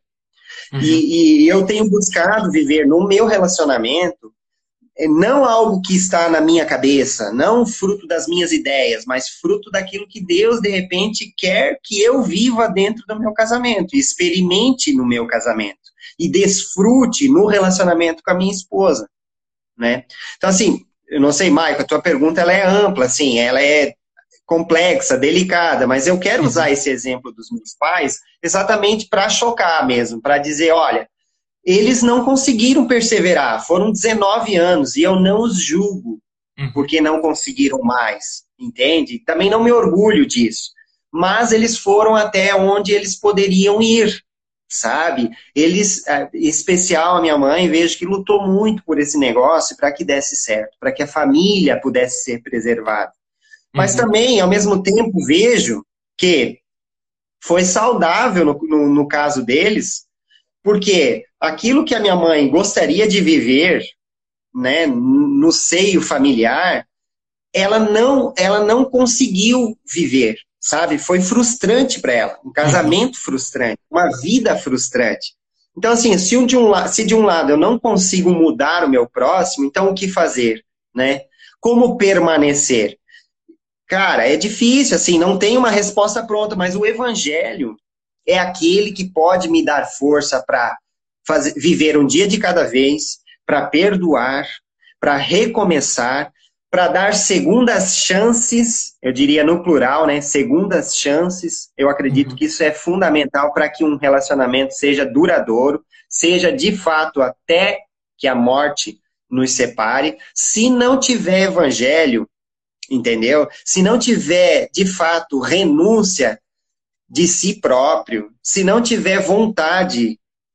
S2: E eu tenho buscado viver no meu relacionamento, não algo que está na minha cabeça, não fruto das minhas ideias, mas fruto daquilo que Deus, de repente, quer que eu viva dentro do meu casamento, experimente no meu casamento, e desfrute no relacionamento com a minha esposa, né? Então, assim, eu não sei, Maico, a tua pergunta ela é ampla, assim, ela é complexa, delicada, mas eu quero usar esse exemplo dos meus pais exatamente para chocar mesmo, para dizer, olha, eles não conseguiram perseverar, foram 19 anos e eu não os julgo porque não conseguiram mais, entende? Também não me orgulho disso, mas eles foram até onde eles poderiam ir, sabe? Eles, em especial a minha mãe, vejo que lutou muito por esse negócio para que desse certo, para que a família pudesse ser preservada. Mas também, ao mesmo tempo, vejo que foi saudável no caso deles, porque aquilo que a minha mãe gostaria de viver, né, no seio familiar, ela não conseguiu viver, sabe? Foi frustrante para ela, um casamento frustrante, uma vida frustrante. Então, assim, se de um lado eu não consigo mudar o meu próximo, então o que fazer, né? Como permanecer? Cara, é difícil, assim, não tem uma resposta pronta, mas o evangelho é aquele que pode me dar força para viver um dia de cada vez, para perdoar, para recomeçar, para dar segundas chances, eu diria no plural, né? Segundas chances. Eu acredito que isso é fundamental para que um relacionamento seja duradouro, seja de fato até que a morte nos separe. Se não tiver evangelho, entendeu? Se não tiver, de fato, renúncia de si próprio, se não tiver vontade,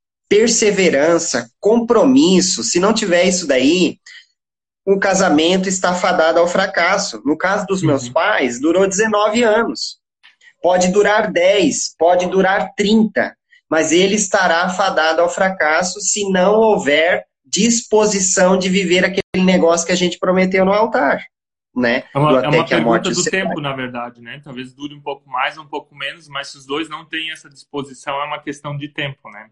S2: perseverança, compromisso, se não tiver isso daí, o casamento está fadado ao fracasso. No caso dos meus pais, durou 19 anos. Pode durar 10, pode durar 30, mas ele estará fadado ao fracasso se não houver disposição de viver aquele negócio que a gente prometeu no altar. Né?
S1: É uma pergunta do tempo, na verdade, né? Talvez dure um pouco mais, um pouco menos, mas se os dois não têm essa disposição, é uma questão de tempo, né?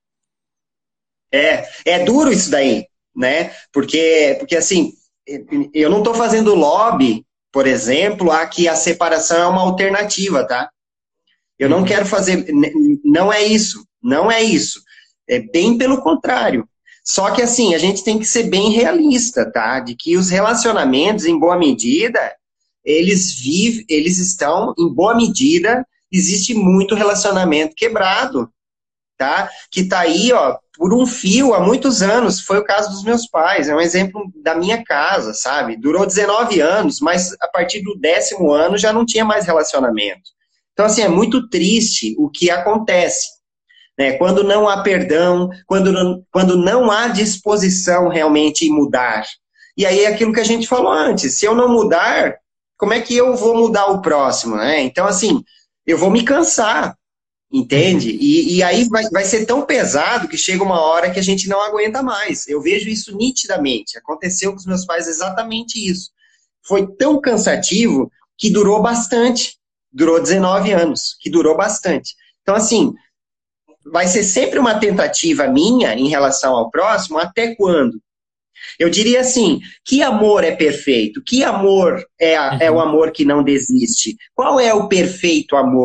S2: É duro isso daí, né? Porque assim, eu não estou fazendo lobby, por exemplo, a que a separação é uma alternativa, tá? Eu não quero fazer, não é isso, não é isso. É bem pelo contrário. Só que, assim, a gente tem que ser bem realista, tá? De que os relacionamentos, em boa medida, eles estão, em boa medida, existe muito relacionamento quebrado, tá? Que tá aí, ó, por um fio há muitos anos. Foi o caso dos meus pais, é um exemplo da minha casa, sabe? Durou 19 anos, mas a partir do 10º ano já não tinha mais relacionamento. Então, assim, é muito triste o que acontece. Né, quando não há perdão, quando não há disposição realmente em mudar. E aí é aquilo que a gente falou antes, se eu não mudar, como é que eu vou mudar o próximo? Né? Então, assim, eu vou me cansar, entende? E aí vai ser tão pesado que chega uma hora que a gente não aguenta mais. Eu vejo isso nitidamente. Aconteceu com os meus pais exatamente isso. Foi tão cansativo que durou bastante. Durou 19 anos, que durou bastante. Então, assim, vai ser sempre uma tentativa minha em relação ao próximo, até quando? Eu diria assim, que amor é perfeito? Que amor é o amor que não desiste? Qual é o perfeito amor?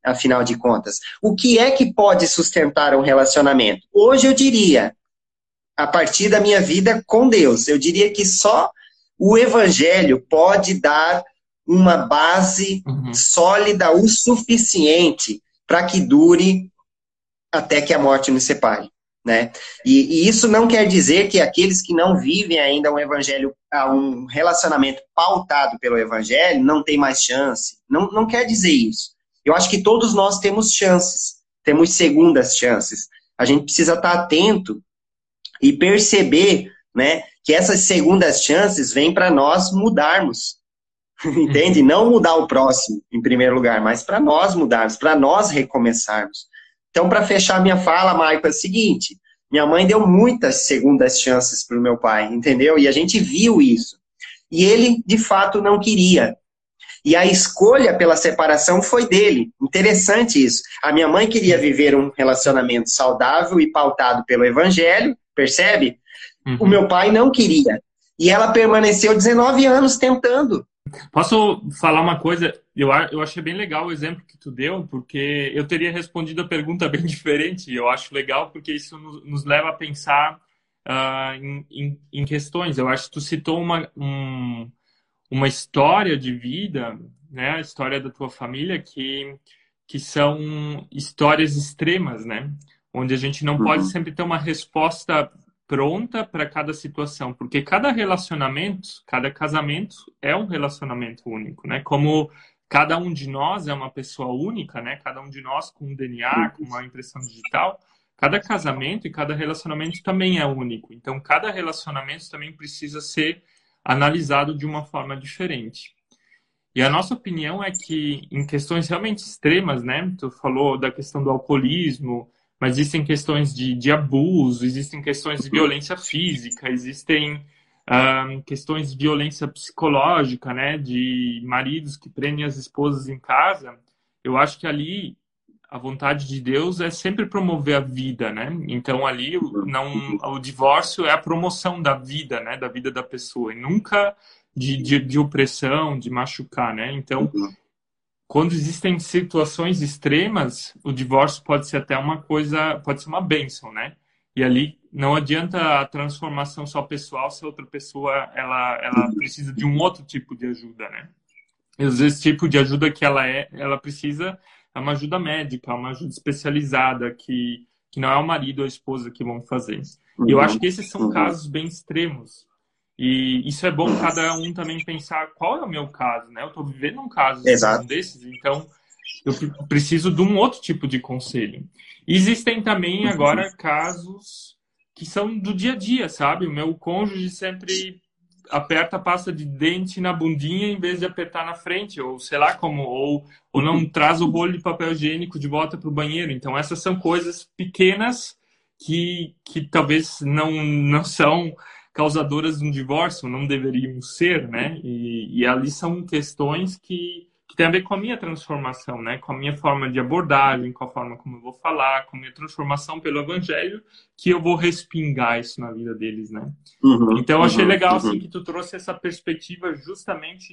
S2: afinal de contas? O que é que pode sustentar um relacionamento? Hoje eu diria, a partir da minha vida com Deus, eu diria que só o Evangelho pode dar uma base
S1: Uhum.
S2: sólida o suficiente para que dure até que a morte nos separe, né? E isso não quer dizer que aqueles que não vivem ainda um evangelho, um relacionamento pautado pelo evangelho, não tem mais chance. Não quer dizer isso. Eu acho que todos nós temos chances, temos segundas chances. A gente precisa estar atento e perceber, né, que essas segundas chances vêm para nós mudarmos. Entende?
S1: Uhum.
S2: Não mudar o próximo, em primeiro lugar, mas para nós mudarmos, para nós recomeçarmos. Então, para fechar minha fala, Maico, é o seguinte: minha mãe deu muitas segundas chances para o meu pai, entendeu? E a gente viu isso. E ele, de fato, não queria. E a escolha pela separação foi dele. Interessante isso. A minha mãe queria viver um relacionamento saudável e pautado pelo evangelho, percebe? O
S1: Uhum.
S2: meu pai não queria. E ela permaneceu 19 anos tentando.
S1: Posso falar uma coisa? Eu achei bem legal o exemplo que tu deu, porque eu teria respondido a pergunta bem diferente. E eu acho legal porque isso nos leva a pensar em questões. Eu acho que tu citou uma história de vida, né? A história da tua família, que são histórias extremas, né? Onde a gente não pode
S2: Uhum.
S1: sempre ter uma resposta pronta para cada situação, porque cada relacionamento, cada casamento é um relacionamento único, né? Como cada um de nós é uma pessoa única, né? Cada um de nós com um DNA, com uma impressão digital, cada casamento e cada relacionamento também é único. Então, cada relacionamento também precisa ser analisado de uma forma diferente. E a nossa opinião é que em questões realmente extremas, né? Tu falou da questão do alcoolismo, mas existem questões de abuso, existem questões de violência física, existem questões de violência psicológica, né? De maridos que prendem as esposas em casa. Eu acho que ali a vontade de Deus é sempre promover a vida, né? Então ali não, o divórcio é a promoção da vida, né? Da vida da pessoa e nunca de opressão, de machucar, né? Então,
S2: Uhum.
S1: quando existem situações extremas, o divórcio pode ser até uma coisa, pode ser uma bênção, né? E ali não adianta a transformação só pessoal se a outra pessoa ela precisa de um outro tipo de ajuda, né? E às vezes, tipo de ajuda que ela precisa é uma ajuda médica, uma ajuda especializada que não é o marido ou a esposa que vão fazer. E eu acho
S2: Uhum.
S1: que esses são
S2: Uhum.
S1: casos bem extremos. E isso é bom cada um também pensar qual é o meu caso, né? Eu estou vivendo um caso como um
S2: Exato.
S1: desses, então eu preciso de um outro tipo de conselho. E existem também agora casos que são do dia a dia, sabe? O meu cônjuge sempre aperta a pasta de dente na bundinha em vez de apertar na frente, ou sei lá como, ou não traz o rolo de papel higiênico de volta para o banheiro. Então, essas são coisas pequenas que talvez não são causadoras de um divórcio, não deveriam ser, né? E ali são questões que tem a ver com a minha transformação, né? Com a minha forma de abordagem, com a forma como eu vou falar, com a minha transformação pelo evangelho, que eu vou respingar isso na vida deles, né?
S2: Uhum.
S1: Então, eu achei
S2: Uhum.
S1: legal, assim,
S2: Uhum.
S1: que tu trouxe essa perspectiva justamente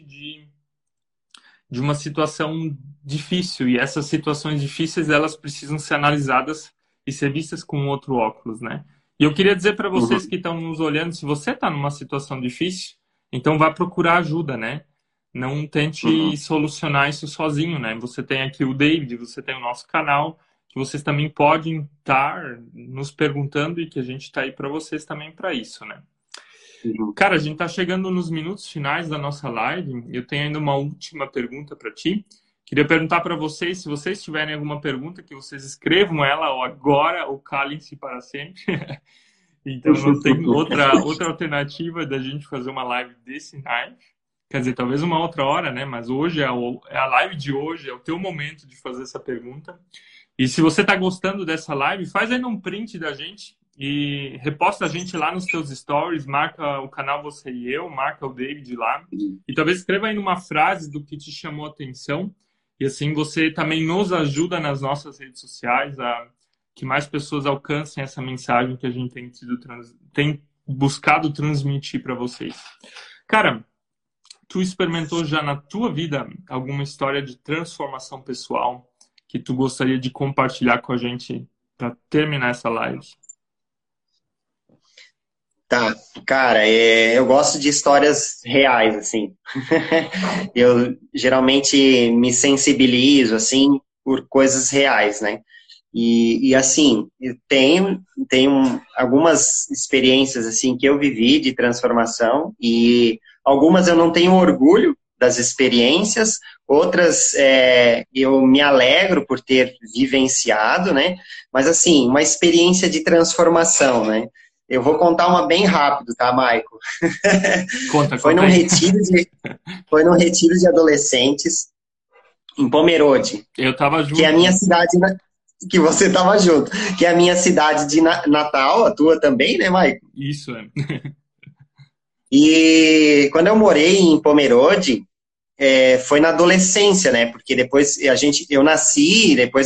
S1: de uma situação difícil. E essas situações difíceis, elas precisam ser analisadas e ser vistas com outro óculos, né? E eu queria dizer para vocês
S2: Uhum.
S1: que estão nos olhando, se você está numa situação difícil, então vá procurar ajuda, né? Não tente
S2: Uhum.
S1: solucionar isso sozinho, né? Você tem aqui o David, você tem o nosso canal, que vocês também podem estar nos perguntando e que a gente está aí para vocês também para isso, né?
S2: Uhum.
S1: Cara, a gente está chegando nos minutos finais da nossa live. Eu tenho ainda uma última pergunta para ti. Queria perguntar para vocês, se vocês tiverem alguma pergunta, que vocês escrevam ela ou agora ou calem-se para sempre. Então não tem outra alternativa da gente fazer uma live desse naipe. Quer dizer, talvez uma outra hora, né? Mas hoje é a live de hoje, é o teu momento de fazer essa pergunta. E se você está gostando dessa live, faz aí um print da gente e reposta a gente lá nos teus stories, marca o canal Você e Eu, marca o David lá. E talvez escreva aí uma frase do que te chamou a atenção. E assim você também nos ajuda nas nossas redes sociais a que mais pessoas alcancem essa mensagem que a gente tem buscado transmitir para vocês. Cara, tu experimentou já na tua vida alguma história de transformação pessoal que tu gostaria de compartilhar com a gente para terminar essa live?
S2: Tá, cara, eu gosto de histórias reais, assim. Eu geralmente me sensibilizo, assim, por coisas reais, né? E assim, eu tenho algumas experiências, assim, que eu vivi de transformação e algumas eu não tenho orgulho das experiências, outras eu me alegro por ter vivenciado, né? Mas assim, uma experiência de transformação, né? Eu vou contar uma bem rápido, tá, Maico?
S1: Conta,
S2: Foi
S1: conta
S2: num
S1: aí.
S2: retiro de, foi num retiro de adolescentes em Pomerode,
S1: Eu tava
S2: que é a
S1: junto.
S2: minha cidade, que você estava junto, que é a minha cidade de Natal, a tua também, né, Maico?
S1: Isso é.
S2: E quando eu morei em Pomerode, foi na adolescência, né? Porque depois eu nasci, depois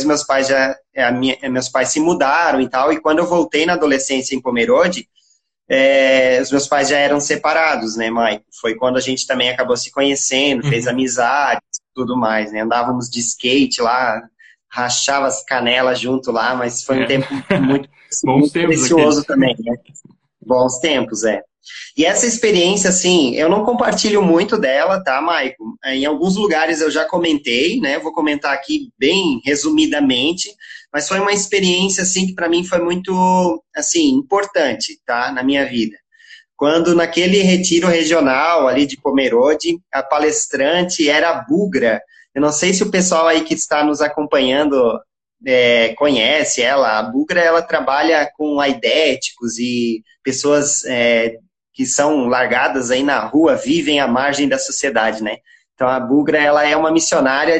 S2: meus pais se mudaram e tal, e quando eu voltei na adolescência em Pomerode, os meus pais já eram separados, né, Maico? Foi quando a gente também acabou se conhecendo, fez
S1: Uhum.
S2: amizade, tudo mais, né? Andávamos de skate lá, rachava as canelas junto lá, mas foi um
S1: É.
S2: tempo muito,
S1: Bons
S2: muito
S1: tempos
S2: precioso
S1: aqueles.
S2: também, né? Bons tempos, é. E essa experiência, assim, eu não compartilho muito dela, tá, Maico? Em alguns lugares eu já comentei, né? Vou comentar aqui bem resumidamente, mas foi uma experiência, assim, que para mim foi muito, assim, importante, tá, na minha vida. Quando naquele retiro regional ali de Pomerode, a palestrante era a Bugra. Eu não sei se o pessoal aí que está nos acompanhando conhece ela. A Bugra, ela trabalha com aidéticos e pessoas que são largadas aí na rua, vivem à margem da sociedade, né? Então a Bugra, ela é uma missionária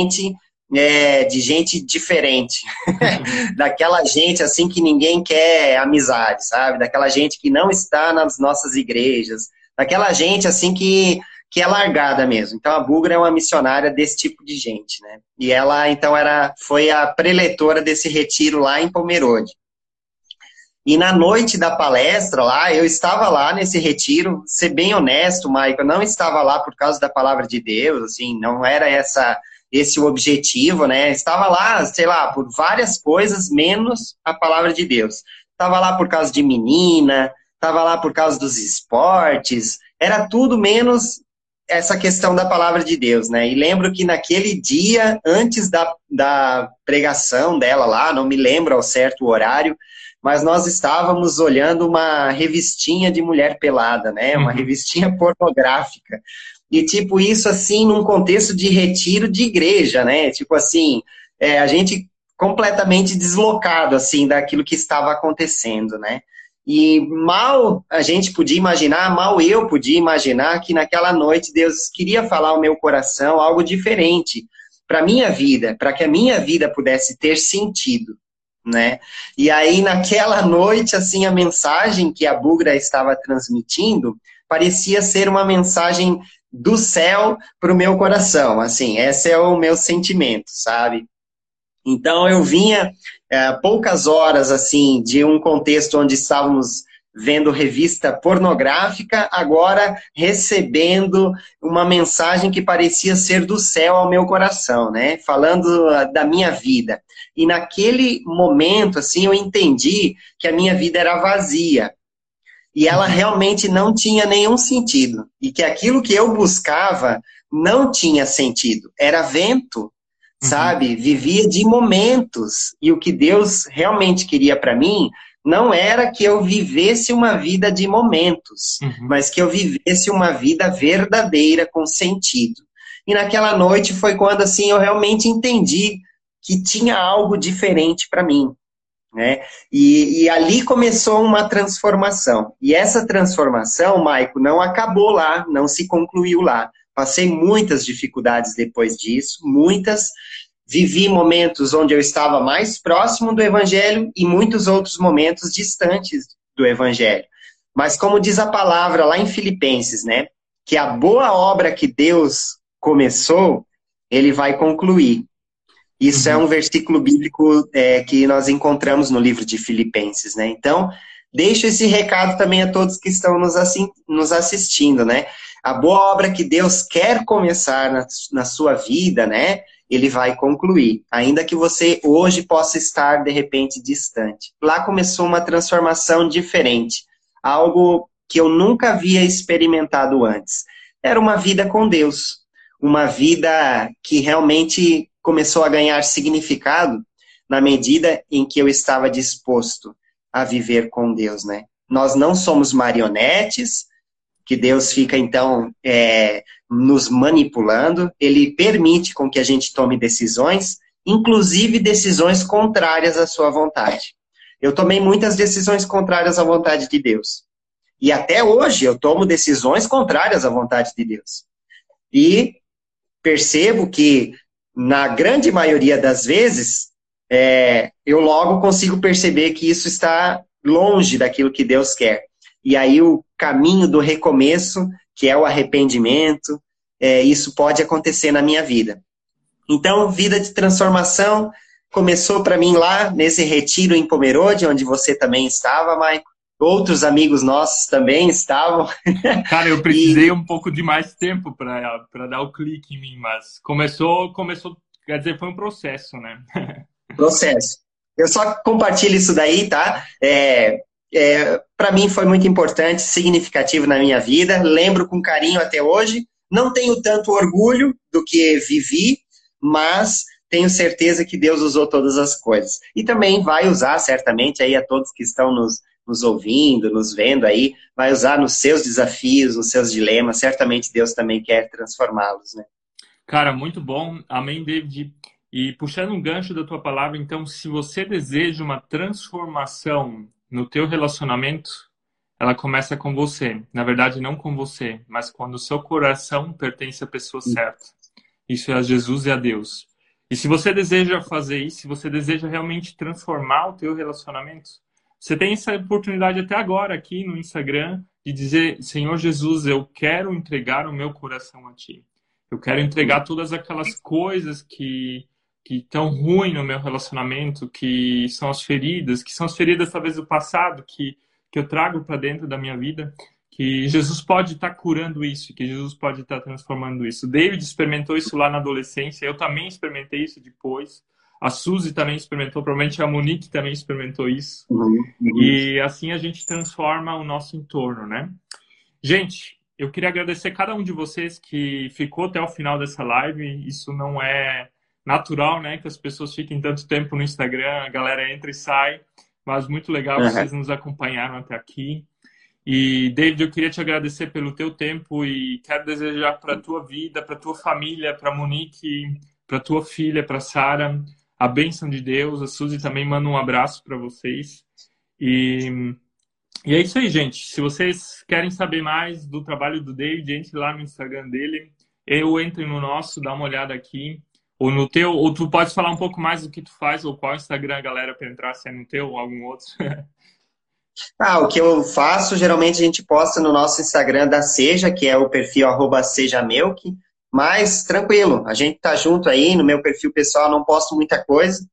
S2: de gente diferente, daquela gente assim que ninguém quer amizade, sabe? Daquela gente que não está nas nossas igrejas, daquela gente assim que é largada mesmo. Então a Bugra é uma missionária desse tipo de gente, né? E ela então foi a preletora desse retiro lá em Pomerode. E na noite da palestra lá, eu estava lá nesse retiro, ser bem honesto, Maico, eu não estava lá por causa da palavra de Deus, assim, não era esse o objetivo, né? Estava lá, sei lá, por várias coisas, menos a palavra de Deus. Estava lá por causa de menina, estava lá por causa dos esportes, era tudo menos essa questão da palavra de Deus, né? E lembro que naquele dia, antes da pregação dela lá, não me lembro ao certo o horário, mas nós estávamos olhando uma revistinha de mulher pelada, né? Uma
S1: Uhum.
S2: revistinha pornográfica. E, tipo, isso, assim, num contexto de retiro de igreja, né? Tipo assim, a gente completamente deslocado, assim, daquilo que estava acontecendo, né? E mal a gente podia imaginar, mal eu podia imaginar que naquela noite Deus queria falar ao meu coração algo diferente para minha vida, para que a minha vida pudesse ter sentido, né? E aí naquela noite, assim, a mensagem que a Bugra estava transmitindo parecia ser uma mensagem do céu para o meu coração, assim, esse é o meu sentimento, sabe? Então eu vinha poucas horas assim de um contexto onde estávamos vendo revista pornográfica, agora recebendo uma mensagem que parecia ser do céu ao meu coração, né? Falando da minha vida. E naquele momento, assim, eu entendi que a minha vida era vazia. E ela
S1: Uhum.
S2: realmente não tinha nenhum sentido. E que aquilo que eu buscava não tinha sentido. Era vento,
S1: Uhum.
S2: sabe? Vivia de momentos. E o que Deus realmente queria para mim não era que eu vivesse uma vida de momentos,
S1: Uhum.
S2: mas que eu vivesse uma vida verdadeira, com sentido. E naquela noite foi quando assim eu realmente entendi que tinha algo diferente para mim, né? E ali começou uma transformação. E essa transformação, Maico, não acabou lá, não se concluiu lá. Passei muitas dificuldades depois disso, muitas. Vivi momentos onde eu estava mais próximo do Evangelho e muitos outros momentos distantes do Evangelho. Mas como diz a palavra lá em Filipenses, né? Que a boa obra que Deus começou, ele vai concluir. Isso é
S1: Uhum.
S2: um versículo bíblico que nós encontramos no livro de Filipenses, né? Então, deixo esse recado também a todos que estão nos assistindo, né? A boa obra que Deus quer começar na sua vida, né? ele vai concluir, ainda que você hoje possa estar, de repente, distante. Lá começou uma transformação diferente, algo que eu nunca havia experimentado antes. Era uma vida com Deus, uma vida que realmente começou a ganhar significado na medida em que eu estava disposto a viver com Deus, né? Nós não somos marionetes, que Deus fica, então, nos manipulando. Ele permite com que a gente tome decisões, inclusive decisões contrárias à sua vontade. Eu tomei muitas decisões contrárias à vontade de Deus. E até hoje eu tomo decisões contrárias à vontade de Deus. E percebo que, na grande maioria das vezes, eu logo consigo perceber que isso está longe daquilo que Deus quer. E aí o caminho do recomeço, que é o arrependimento, isso pode acontecer na minha vida. Então, vida de transformação começou para mim lá nesse retiro em Pomerode, onde você também estava, Maico. Outros amigos nossos também estavam.
S1: Cara, eu precisei um pouco de mais tempo para dar o clique em mim, mas começou, quer dizer, foi um processo, né?
S2: Processo. Eu só compartilho isso daí, tá? Para mim foi muito importante, significativo na minha vida. Lembro com carinho até hoje. Não tenho tanto orgulho do que vivi, mas tenho certeza que Deus usou todas as coisas. E também vai usar, certamente, aí a todos que estão nos ouvindo, nos vendo aí, vai usar nos seus desafios, nos seus dilemas. Certamente Deus também quer transformá-los, né?
S1: Cara, muito bom. Amém, David. E puxando um gancho da tua palavra, então, se você deseja uma transformação no teu relacionamento, ela começa com você. Na verdade, não com você, mas quando o seu coração pertence à pessoa certa. Isso é a Jesus e a Deus. E se você deseja fazer isso, se você deseja realmente transformar o teu relacionamento, você tem essa oportunidade até agora aqui no Instagram de dizer: Senhor Jesus, eu quero entregar o meu coração a Ti. Eu quero entregar todas aquelas coisas que estão ruins no meu relacionamento, que são as feridas talvez do passado, que eu trago para dentro da minha vida, que Jesus pode estar curando isso, que Jesus pode estar transformando isso. David experimentou isso lá na adolescência, eu também experimentei isso depois. A Suzy também experimentou, provavelmente a Monique também experimentou isso. E assim a gente transforma o nosso entorno, né? Gente, eu queria agradecer a cada um de vocês que ficou até o final dessa live. Isso não é natural, né? Que as pessoas fiquem tanto tempo no Instagram, a galera entra e sai. Mas muito legal que vocês nos acompanharam até aqui. E, David, eu queria te agradecer pelo teu tempo e quero desejar para a tua vida, para a tua família, para a Monique, para a tua filha, para a Sara, a bênção de Deus. A Suzy também manda um abraço para vocês. E é isso aí, gente. Se vocês querem saber mais do trabalho do David, entre lá no Instagram dele. Eu entre no nosso, dá uma olhada aqui. Ou no teu, ou tu pode falar um pouco mais do que tu faz, ou qual Instagram a galera para entrar, se é no teu ou algum outro.
S2: O que eu faço, geralmente a gente posta no nosso Instagram da Seja, que é o perfil @sejamilk, mas tranquilo, a gente tá junto aí, no meu perfil pessoal não posto muita coisa,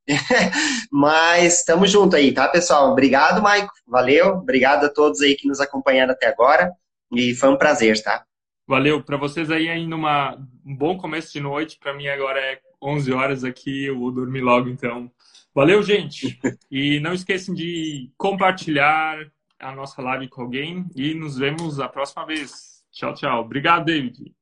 S2: mas estamos junto aí, tá, pessoal? Obrigado, Maico, valeu, obrigado a todos aí que nos acompanharam até agora, e foi um prazer, tá?
S1: Valeu, para vocês aí ainda um bom começo de noite, para mim agora é 11 horas aqui, eu vou dormir logo, então. Valeu, gente! E não esqueçam de compartilhar a nossa live com alguém e nos vemos a próxima vez. Tchau, tchau. Obrigado, David.